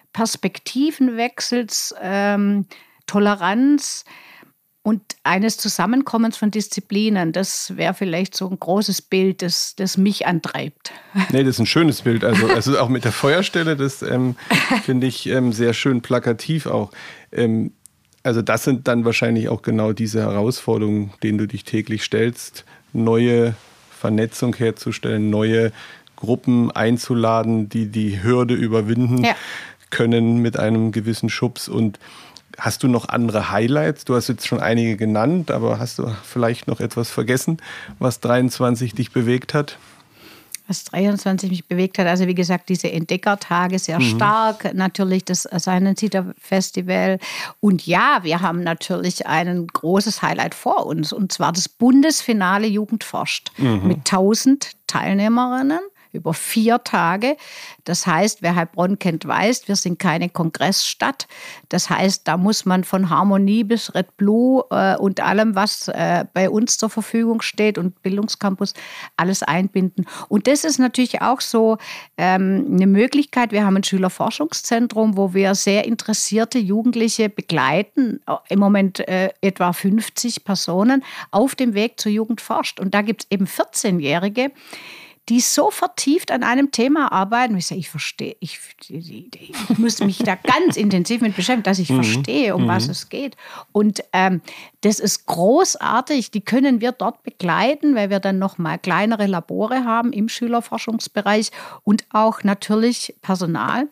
Perspektivenwechsels, ähm, Toleranz und eines Zusammenkommens von Disziplinen, das wäre vielleicht so ein großes Bild, das, das mich antreibt. Nee, das ist ein schönes Bild. Also, also auch mit der Feuerstelle, das ähm, finde ich ähm, sehr schön plakativ auch. Ähm, Also das sind dann wahrscheinlich auch genau diese Herausforderungen, denen du dich täglich stellst, neue Vernetzung herzustellen, neue Gruppen einzuladen, die die Hürde überwinden ja. können mit einem gewissen Schubs. Und hast du noch andere Highlights? Du hast jetzt schon einige genannt, aber hast du vielleicht noch etwas vergessen, was dreiundzwanzig dich bewegt hat? Was dreiundzwanzig mich bewegt hat, also wie gesagt, diese Entdeckertage sehr mhm. stark, natürlich das Silent-Theater-Festival. Und ja, wir haben natürlich ein großes Highlight vor uns, und zwar das Bundesfinale Jugend forscht mhm. mit tausend Teilnehmerinnen über vier Tage. Das heißt, wer Heilbronn kennt, weiß, wir sind keine Kongressstadt. Das heißt, da muss man von Harmonie bis Red Blue äh, und allem, was äh, bei uns zur Verfügung steht und Bildungscampus, alles einbinden. Und das ist natürlich auch so ähm, eine Möglichkeit. Wir haben ein Schülerforschungszentrum, wo wir sehr interessierte Jugendliche begleiten, im Moment äh, etwa fünfzig Personen, auf dem Weg zur Jugend forscht. Und da gibt es eben vierzehnjährige, die so vertieft an einem Thema arbeiten. Ich sage, ich verstehe, ich, ich muss mich da ganz intensiv mit beschäftigen, dass ich mhm. verstehe, um mhm. was es geht. Und ähm, das ist großartig. Die können wir dort begleiten, weil wir dann noch mal kleinere Labore haben im Schülerforschungsbereich und auch natürlich Personal,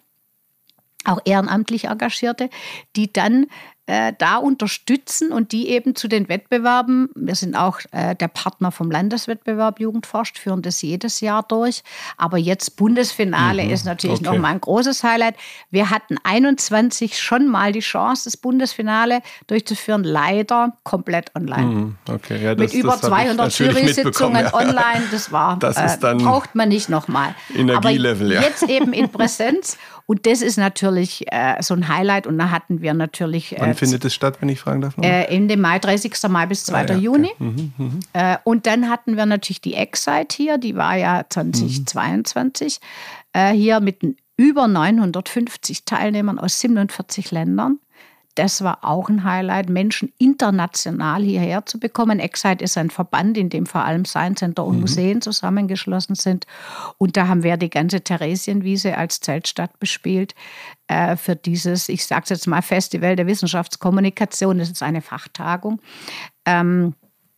auch ehrenamtlich Engagierte, die dann äh, da unterstützen und die eben zu den Wettbewerben, wir sind auch äh, der Partner vom Landeswettbewerb Jugend forscht, führen das jedes Jahr durch. Aber jetzt Bundesfinale mhm, ist natürlich okay. nochmal ein großes Highlight. Wir hatten einundzwanzig schon mal die Chance, das Bundesfinale durchzuführen, leider komplett online. Mhm, okay. Ja, das, mit über zweihundert Jury-Sitzungen ja. online, das war, das ist dann äh, braucht man nicht nochmal. Energielevel, ja. Jetzt eben in Präsenz. Und das ist natürlich äh, so ein Highlight. Und da hatten wir natürlich... Äh, Wann findet es statt, wenn ich fragen darf? Äh, in dem Mai, dreißigsten Mai bis zweiten Ah, ja, Juni. okay. mhm, mhm. Äh, und dann hatten wir natürlich die Excite hier, die war ja zweitausendzweiundzwanzig, mhm. äh, hier mit über neunhundertfünfzig Teilnehmern aus siebenundvierzig Ländern. Das war auch ein Highlight, Menschen international hierher zu bekommen. Excite ist ein Verband, in dem vor allem Science Center und mhm. Museen zusammengeschlossen sind. Und da haben wir die ganze Theresienwiese als Zeltstadt bespielt äh, für dieses, ich sage es jetzt mal, Festival der Wissenschaftskommunikation. Das ist eine Fachtagung. Ähm,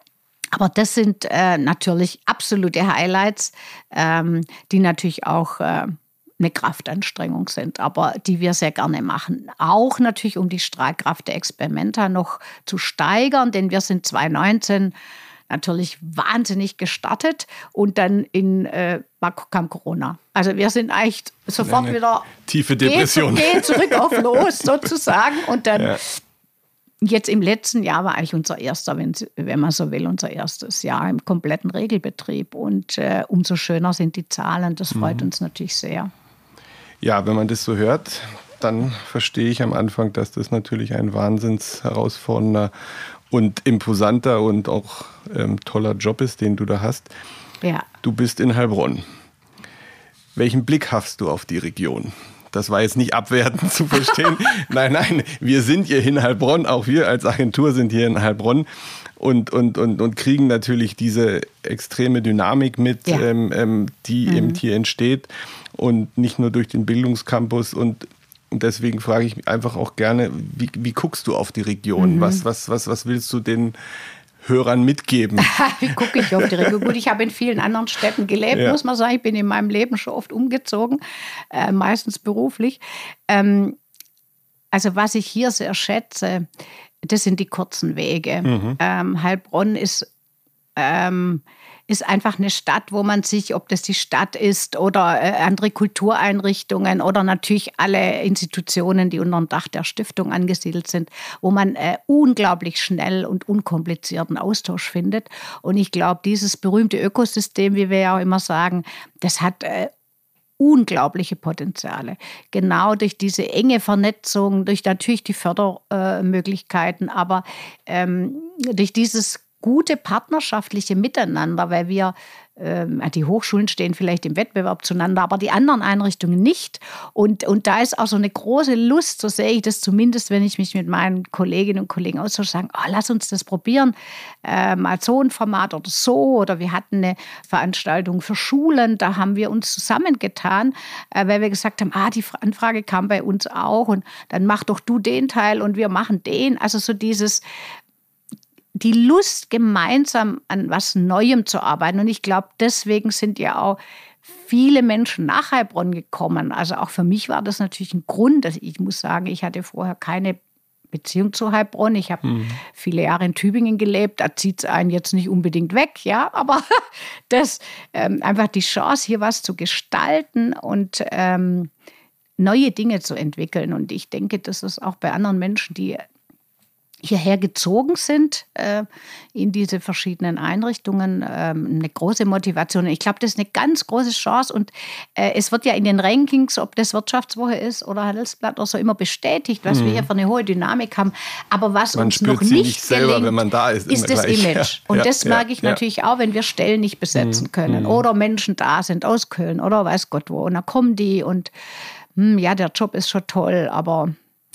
aber das sind äh, natürlich absolute Highlights, ähm, die natürlich auch... Äh, eine Kraftanstrengung sind, aber die wir sehr gerne machen. Auch natürlich, um die Strahlkraft der Experimenta noch zu steigern, denn wir sind zweitausendneunzehn natürlich wahnsinnig gestartet und dann in, äh, kam Corona. Also wir sind eigentlich sofort eine wieder tiefe Depression. Geh, geh zurück auf los sozusagen und dann... Ja. Jetzt im letzten Jahr war eigentlich unser erster, wenn, wenn man so will, unser erstes Jahr im kompletten Regelbetrieb. Und äh, umso schöner sind die Zahlen. Das freut mhm. uns natürlich sehr. Ja, wenn man das so hört, dann verstehe ich am Anfang, dass das natürlich ein wahnsinns herausfordernder und imposanter und auch ähm, toller Job ist, den du da hast. Ja. Du bist in Heilbronn. Welchen Blick hast du auf die Region? Das war jetzt nicht abwertend zu verstehen. Nein, nein, wir sind hier in Heilbronn, auch wir als Agentur sind hier in Heilbronn und, und, und, und kriegen natürlich diese extreme Dynamik mit, ja. ähm, die mhm. eben hier entsteht und nicht nur durch den Bildungscampus. Und, und deswegen frage ich mich einfach auch gerne, wie, wie guckst du auf die Region? Mhm. Was, was, was, was willst du den Hörern mitgeben? Wie gucke ich auf die Region? Gut, ich habe in vielen anderen Städten gelebt, ja. muss man sagen. Ich bin in meinem Leben schon oft umgezogen, äh, meistens beruflich. Ähm, also was ich hier sehr schätze, das sind die kurzen Wege. Mhm. Ähm, Heilbronn ist... Ähm, ist einfach eine Stadt, wo man sich, ob das die Stadt ist oder äh, andere Kultureinrichtungen oder natürlich alle Institutionen, die unter dem Dach der Stiftung angesiedelt sind, wo man äh, unglaublich schnell und unkomplizierten Austausch findet. Und ich glaube, dieses berühmte Ökosystem, wie wir ja auch immer sagen, das hat äh, unglaubliche Potenziale. Genau durch diese enge Vernetzung, durch natürlich die Fördermöglichkeiten, äh, aber ähm, durch dieses gute partnerschaftliche Miteinander, weil wir, ähm, die Hochschulen stehen vielleicht im Wettbewerb zueinander, aber die anderen Einrichtungen nicht. Und, und da ist auch so eine große Lust, so sehe ich das zumindest, wenn ich mich mit meinen Kolleginnen und Kollegen austausche, sagen, oh, lass uns das probieren, äh, mal so ein Format oder so. Oder wir hatten eine Veranstaltung für Schulen, da haben wir uns zusammengetan, äh, weil wir gesagt haben, ah, die Anfrage kam bei uns auch und dann mach doch du den Teil und wir machen den. Also so dieses... die Lust, gemeinsam an was Neuem zu arbeiten. Und ich glaube, deswegen sind ja auch viele Menschen nach Heilbronn gekommen. Also auch für mich war das natürlich ein Grund. Dass ich muss sagen, ich hatte vorher keine Beziehung zu Heilbronn. Ich habe mhm. viele Jahre in Tübingen gelebt. Da zieht es einen jetzt nicht unbedingt weg, ja. Aber das ähm, einfach die Chance, hier was zu gestalten und ähm, neue Dinge zu entwickeln. Und ich denke, das ist auch bei anderen Menschen, die hierher gezogen sind äh, in diese verschiedenen Einrichtungen, ähm, eine große Motivation. Ich glaube, das ist eine ganz große Chance und äh, es wird ja in den Rankings, ob das Wirtschaftswoche ist oder Handelsblatt oder so, immer bestätigt, was mhm. wir hier für eine hohe Dynamik haben. Aber was man uns noch nicht, nicht selber, gelingt, wenn man da ist, ist das gleich. Image. Ja, und ja, das ja, merke ich ja. natürlich auch, wenn wir Stellen nicht besetzen mhm. können mhm. oder Menschen da sind aus Köln oder weiß Gott wo. Und dann kommen die und hm, ja, der Job ist schon toll, aber...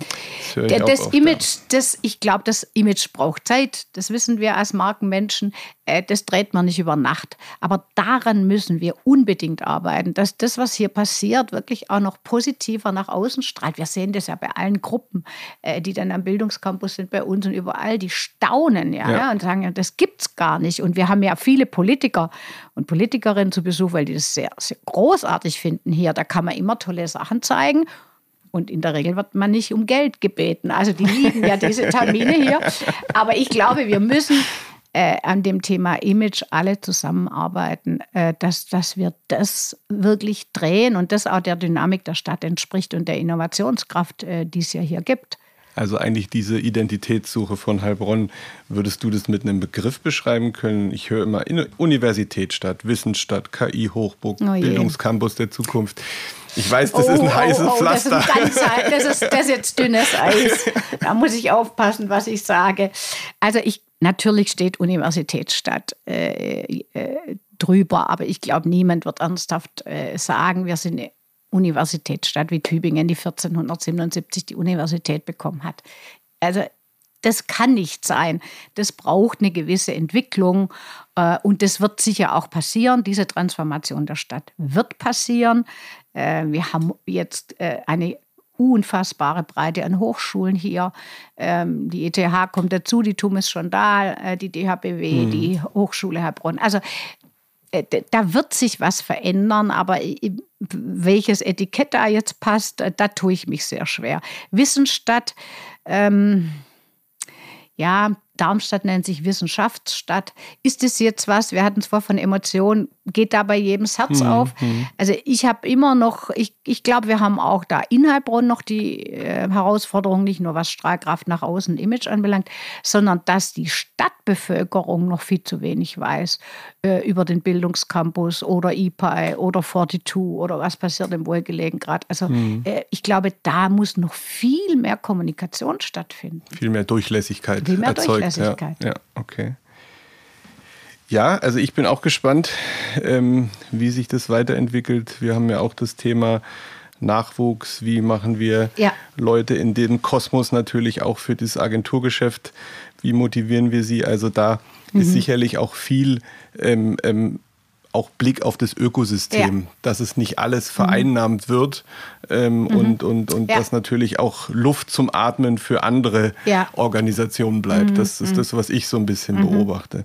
Das, das Image, das, ich glaube, das Image braucht Zeit. Das wissen wir als Markenmenschen. Das dreht man nicht über Nacht. Aber daran müssen wir unbedingt arbeiten, dass das, was hier passiert, wirklich auch noch positiver nach außen strahlt. Wir sehen das ja bei allen Gruppen, die dann am Bildungscampus sind, bei uns und überall. Die staunen ja, ja. und sagen, ja, das gibt's gar nicht. Und wir haben ja viele Politiker und Politikerinnen zu Besuch, weil die das sehr, sehr großartig finden hier. Da kann man immer tolle Sachen zeigen. Und in der Regel wird man nicht um Geld gebeten. Also die lieben ja diese Termine hier. Aber ich glaube, wir müssen äh, an dem Thema Image alle zusammenarbeiten, äh, dass, dass wir das wirklich drehen und das auch der Dynamik der Stadt entspricht und der Innovationskraft, äh, die es ja hier gibt. Also eigentlich diese Identitätssuche von Heilbronn, würdest du das mit einem Begriff beschreiben können? Ich höre immer Universitätsstadt, Wissensstadt, K I-Hochburg, oh Bildungscampus der Zukunft. Ich weiß, das oh, ist ein oh, heißes oh, Pflaster. Das ist, ein ganz, das, ist, das ist jetzt dünnes Eis. Da muss ich aufpassen, was ich sage. Also ich, natürlich steht Universitätsstadt äh, äh, drüber, aber ich glaube, niemand wird ernsthaft äh, sagen, wir sind eine Universitätsstadt wie Tübingen, die vierzehnhundertsiebenundsiebzig die Universität bekommen hat. Also das kann nicht sein. Das braucht eine gewisse Entwicklung äh, und das wird sicher auch passieren. Diese Transformation der Stadt wird passieren. Äh, wir haben jetzt äh, eine unfassbare Breite an Hochschulen hier. Ähm, die E T H kommt dazu, die T U M ist schon da, äh, die D H B W, mhm. die Hochschule Heilbronn. Also äh, da wird sich was verändern, aber äh, welches Etikett da jetzt passt, äh, da tue ich mich sehr schwer. Wissensstadt, ähm, ja, Darmstadt nennt sich Wissenschaftsstadt. Ist es jetzt was, wir hatten es vorher von Emotionen, geht da bei jedem das Herz mhm. auf? Also ich habe immer noch, ich, ich glaube, wir haben auch da in Heilbronn noch die äh, Herausforderung, nicht nur was Strahlkraft nach außen, Image anbelangt, sondern dass die Stadtbevölkerung noch viel zu wenig weiß äh, über den Bildungscampus oder I P A I oder zweiundvierzig oder was passiert im Wohlgelegengrad. Also mhm. äh, ich glaube, da muss noch viel mehr Kommunikation stattfinden. Viel mehr Durchlässigkeit viel mehr erzeugt. Durchlässigkeit. Ja, ja, okay. Ja, also ich bin auch gespannt, ähm, wie sich das weiterentwickelt. Wir haben ja auch das Thema Nachwuchs. Wie machen wir ja. Leute in dem Kosmos natürlich auch für das Agenturgeschäft? Wie motivieren wir sie? Also da mhm. ist sicherlich auch viel ähm, ähm, auch Blick auf das Ökosystem, ja. dass es nicht alles vereinnahmt mhm. wird ähm, mhm. und, und, und ja. dass natürlich auch Luft zum Atmen für andere ja. Organisationen bleibt. Mhm. Das ist das, was ich so ein bisschen mhm. beobachte.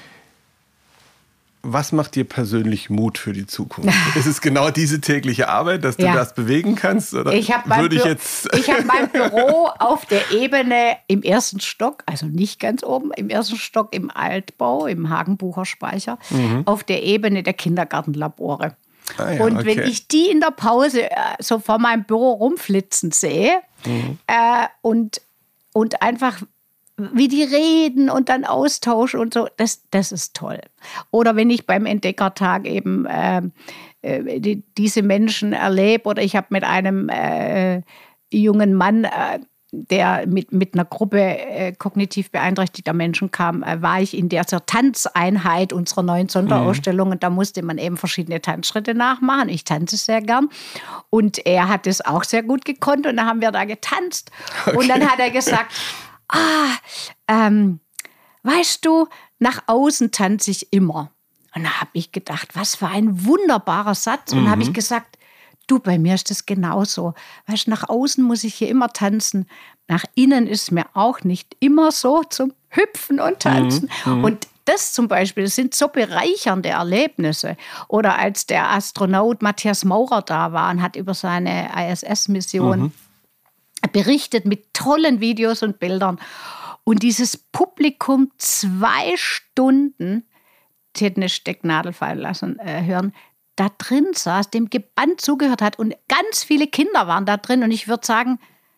Was macht dir persönlich Mut für die Zukunft? Ist es genau diese tägliche Arbeit, dass du ja. das bewegen kannst? Oder ich habe mein, ich Bü- jetzt ich hab mein Büro auf der Ebene im ersten Stock, also nicht ganz oben, im ersten Stock im Altbau, im Hagenbucher Speicher, mhm. auf der Ebene der Kindergartenlabore. Ah ja, und okay. wenn ich die in der Pause äh, so vor meinem Büro rumflitzen sehe mhm. äh, und, und einfach wie die reden und dann austauschen und so, das, das ist toll. Oder wenn ich beim Entdeckertag eben äh, äh, die, diese Menschen erlebe oder ich habe mit einem äh, jungen Mann, äh, der mit, mit einer Gruppe äh, kognitiv beeinträchtigter Menschen kam, äh, war ich in der Tanzeinheit unserer neuen Sonderausstellung mhm. und da musste man eben verschiedene Tanzschritte nachmachen. Ich tanze sehr gern und er hat es auch sehr gut gekonnt und dann haben wir da getanzt okay. und dann hat er gesagt, ah, ähm, weißt du, nach außen tanze ich immer. Und da habe ich gedacht, was für ein wunderbarer Satz. Und mhm. habe ich gesagt, du, bei mir ist das genauso. Weißt du, nach außen muss ich hier immer tanzen. Nach innen ist mir auch nicht immer so zum Hüpfen und Tanzen. Mhm. Und das zum Beispiel, das sind so bereichernde Erlebnisse. Oder als der Astronaut Matthias Maurer da war und hat über seine I S S-Mission mhm. berichtet mit tollen Videos und Bildern. Und dieses Publikum zwei Stunden, sie hätten eine Stecknadel fallen lassen, äh, hören, da drin saß, dem gebannt zugehört hat. Und ganz viele Kinder waren da drin. Und ich würde sagen,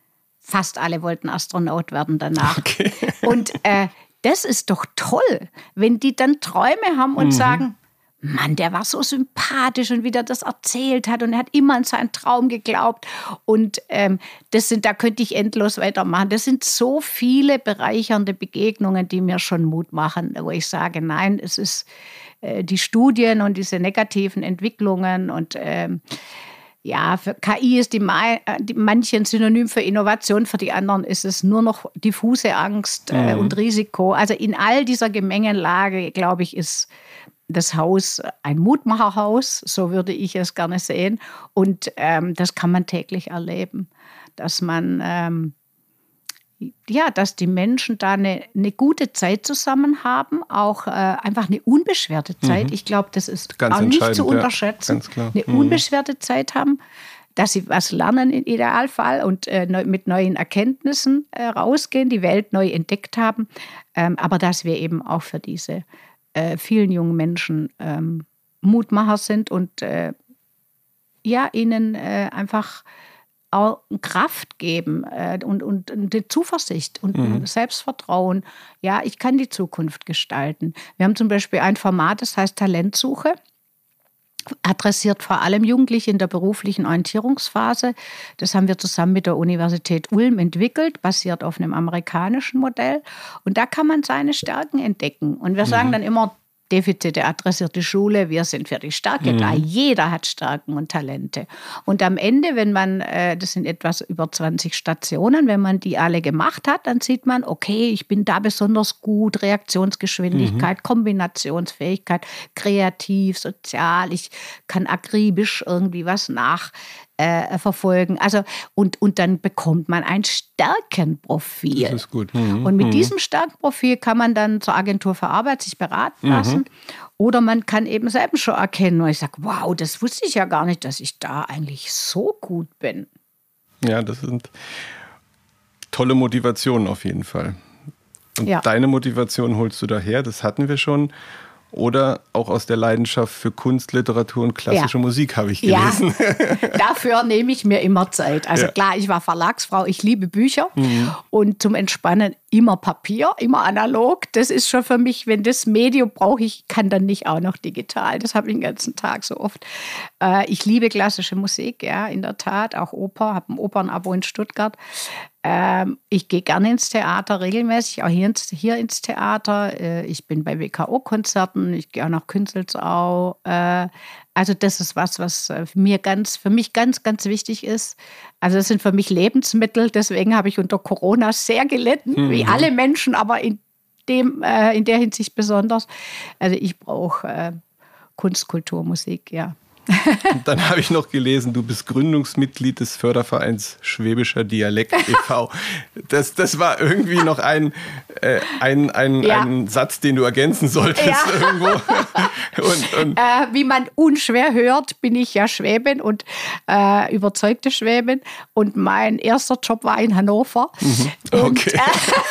fast alle wollten Astronaut werden danach. Okay. Und äh, das ist doch toll, wenn die dann Träume haben und mhm. sagen, Mann, der war so sympathisch und wie der das erzählt hat und er hat immer an seinen Traum geglaubt und ähm, das sind, da könnte ich endlos weitermachen. Das sind so viele bereichernde Begegnungen, die mir schon Mut machen, wo ich sage, nein, es ist äh, die Studien und diese negativen Entwicklungen und ähm, ja, für K I ist die, die manchen Synonym für Innovation, für die anderen ist es nur noch diffuse Angst äh, mhm. und Risiko. Also in all dieser Gemengelage, glaube ich, ist das Haus ein Mutmacherhaus, so würde ich es gerne sehen. Und ähm, das kann man täglich erleben, dass man, ähm, ja, dass die Menschen da eine, eine gute Zeit zusammen haben, auch äh, einfach eine unbeschwerte Zeit. Mhm. Ich glaube, das ist ganz auch nicht zu unterschätzen. Ja, ganz klar. Eine mhm. unbeschwerte Zeit haben, dass sie was lernen im Idealfall und äh, neu, mit neuen Erkenntnissen äh, rausgehen, die Welt neu entdeckt haben. Ähm, aber dass wir eben auch für diese Äh, vielen jungen Menschen ähm, Mutmacher sind und äh, ja, ihnen äh, einfach auch Kraft geben äh, und, und, und eine Zuversicht und mhm. ein Selbstvertrauen. Ja, ich kann die Zukunft gestalten. Wir haben zum Beispiel ein Format, das heißt Talentsuche. Adressiert vor allem Jugendliche in der beruflichen Orientierungsphase. Das haben wir zusammen mit der Universität Ulm entwickelt, basiert auf einem amerikanischen Modell. Und da kann man seine Stärken entdecken. Und wir sagen dann immer, Defizite adressiert die Schule, wir sind für die Stärke mhm. da. Jeder hat Stärken und Talente. Und am Ende, wenn man, das sind etwas über zwanzig Stationen, wenn man die alle gemacht hat, dann sieht man, okay, ich bin da besonders gut, Reaktionsgeschwindigkeit, mhm. Kombinationsfähigkeit, kreativ, sozial, ich kann akribisch irgendwie was nach Äh, verfolgen. Also, und, und dann bekommt man ein Stärkenprofil. Das ist gut. Mhm. Und mit mhm. diesem Stärkenprofil kann man dann zur Agentur für Arbeit sich beraten lassen. Mhm. Oder man kann eben selbst schon erkennen, und ich sage, wow, das wusste ich ja gar nicht, dass ich da eigentlich so gut bin. Ja, das sind tolle Motivationen auf jeden Fall. Und ja. deine Motivation holst du daher, das hatten wir schon. Oder auch aus der Leidenschaft für Kunst, Literatur und klassische ja. Musik, habe ich gelesen. Ja, dafür nehme ich mir immer Zeit. Also ja. klar, ich war Verlagsfrau, ich liebe Bücher mhm. und zum Entspannen immer Papier, immer analog. Das ist schon für mich, wenn das Medium brauche ich, kann dann nicht auch noch digital. Das habe ich den ganzen Tag so oft. Äh, ich liebe klassische Musik, ja, in der Tat, auch Oper, habe ein Opernabo in Stuttgart. Ähm, ich gehe gerne ins Theater, regelmäßig, auch hier ins, hier ins Theater. Äh, ich bin bei W K O-Konzerten, ich gehe auch nach Künzelsau. Äh, also das ist was, was mir ganz, für mich ganz, ganz wichtig ist. Also das sind für mich Lebensmittel, deswegen habe ich unter Corona sehr gelitten, mhm. wie alle Menschen, aber in, dem, äh, in der Hinsicht besonders. Also ich brauche äh, Kunst, Kultur, Musik, ja. Und dann habe ich noch gelesen, du bist Gründungsmitglied des Fördervereins Schwäbischer Dialekt e V Das, das war irgendwie noch ein, äh, ein, ein, ja. ein Satz, den du ergänzen solltest ja. irgendwo. und, und äh, wie man unschwer hört, bin ich ja Schwäbin und äh, überzeugte Schwäbin. Und mein erster Job war in Hannover. Mhm. Okay. Und, äh,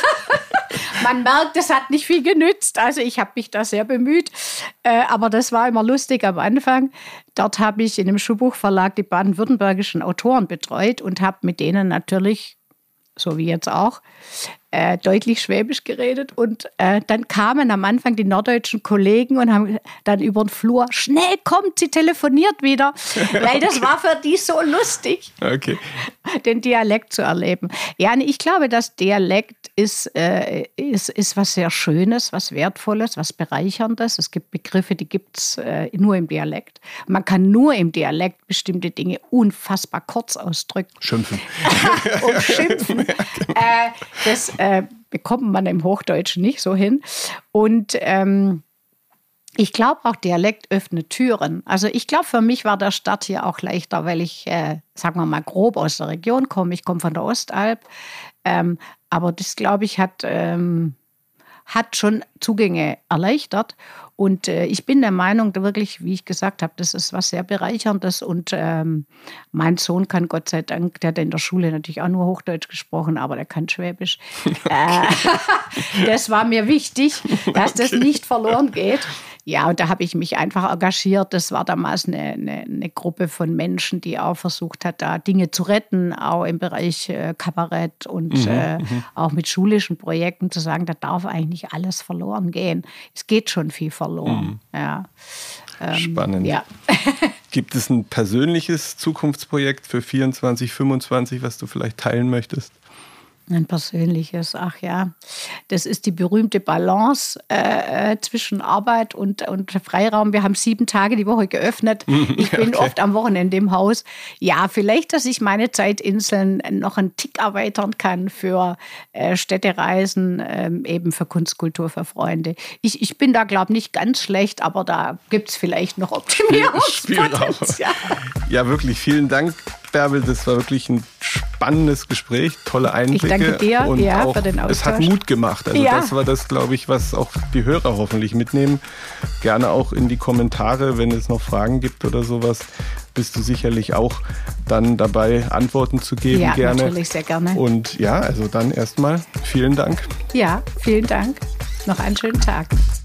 man merkt, es hat nicht viel genützt. Also ich habe mich da sehr bemüht. Äh, aber das war immer lustig am Anfang. Dort habe ich in einem Schulbuchverlag die baden-württembergischen Autoren betreut und habe mit denen natürlich, so wie jetzt auch, äh, deutlich Schwäbisch geredet. Und äh, dann kamen am Anfang die norddeutschen Kollegen und haben dann über den Flur, schnell kommt, sie telefoniert wieder. Weil das okay. war für die so lustig, okay. den Dialekt zu erleben. Ja, ich glaube, das Dialekt ist, äh, ist, ist was sehr Schönes, was Wertvolles, was Bereicherndes. Es gibt Begriffe, die gibt es äh, nur im Dialekt. Man kann nur im Dialekt bestimmte Dinge unfassbar kurz ausdrücken. Schimpfen. Und schimpfen. Ja, genau. äh, das äh, bekommt man im Hochdeutschen nicht so hin. Und ähm, ich glaube auch, Dialekt öffnet Türen. Also ich glaube, für mich war der Start hier auch leichter, weil ich, äh, sagen wir mal, grob aus der Region komme. Ich komme von der Ostalb. Ähm, aber das, glaube ich, hat, ähm, hat schon Zugänge erleichtert. Und äh, ich bin der Meinung, wirklich, wie ich gesagt habe, das ist was sehr Bereicherndes. Und ähm, mein Sohn kann Gott sei Dank, der hat in der Schule natürlich auch nur Hochdeutsch gesprochen, aber der kann Schwäbisch. Okay. Äh, das war mir wichtig, dass okay. das nicht verloren geht. Ja, und da habe ich mich einfach engagiert. Das war damals eine, eine, eine Gruppe von Menschen, die auch versucht hat, da Dinge zu retten, auch im Bereich äh, Kabarett und mhm, äh, auch mit schulischen Projekten zu sagen, da darf eigentlich nicht alles verloren gehen. Es geht schon viel verloren. Mhm. Ja. Ähm, Spannend. Ja. Gibt es ein persönliches Zukunftsprojekt für vierundzwanzig, fünfundzwanzig, was du vielleicht teilen möchtest? Ein persönliches, ach ja. Das ist die berühmte Balance äh, zwischen Arbeit und, und Freiraum. Wir haben sieben Tage die Woche geöffnet. Ich bin okay. oft am Wochenende im Haus. Ja, vielleicht, dass ich meine Zeitinseln noch einen Tick erweitern kann für äh, Städtereisen, äh, eben für Kunst, Kultur, für Ich, ich bin da, glaube ich, nicht ganz schlecht, aber da gibt es vielleicht noch Optimierungspotenzial. Ja, wirklich. Vielen Dank, Bärbel. Das war wirklich ein spannendes Gespräch, tolle Einblicke. Ich danke dir und ja, auch, für den Austausch. Es hat Mut gemacht. Also ja. das war das, glaube ich, was auch die Hörer hoffentlich mitnehmen. Gerne auch in die Kommentare, wenn es noch Fragen gibt oder sowas, bist du sicherlich auch dann dabei, Antworten zu geben. Ja, gerne. natürlich, sehr gerne. Und ja, also dann erstmal vielen Dank. Ja, vielen Dank. Noch einen schönen Tag.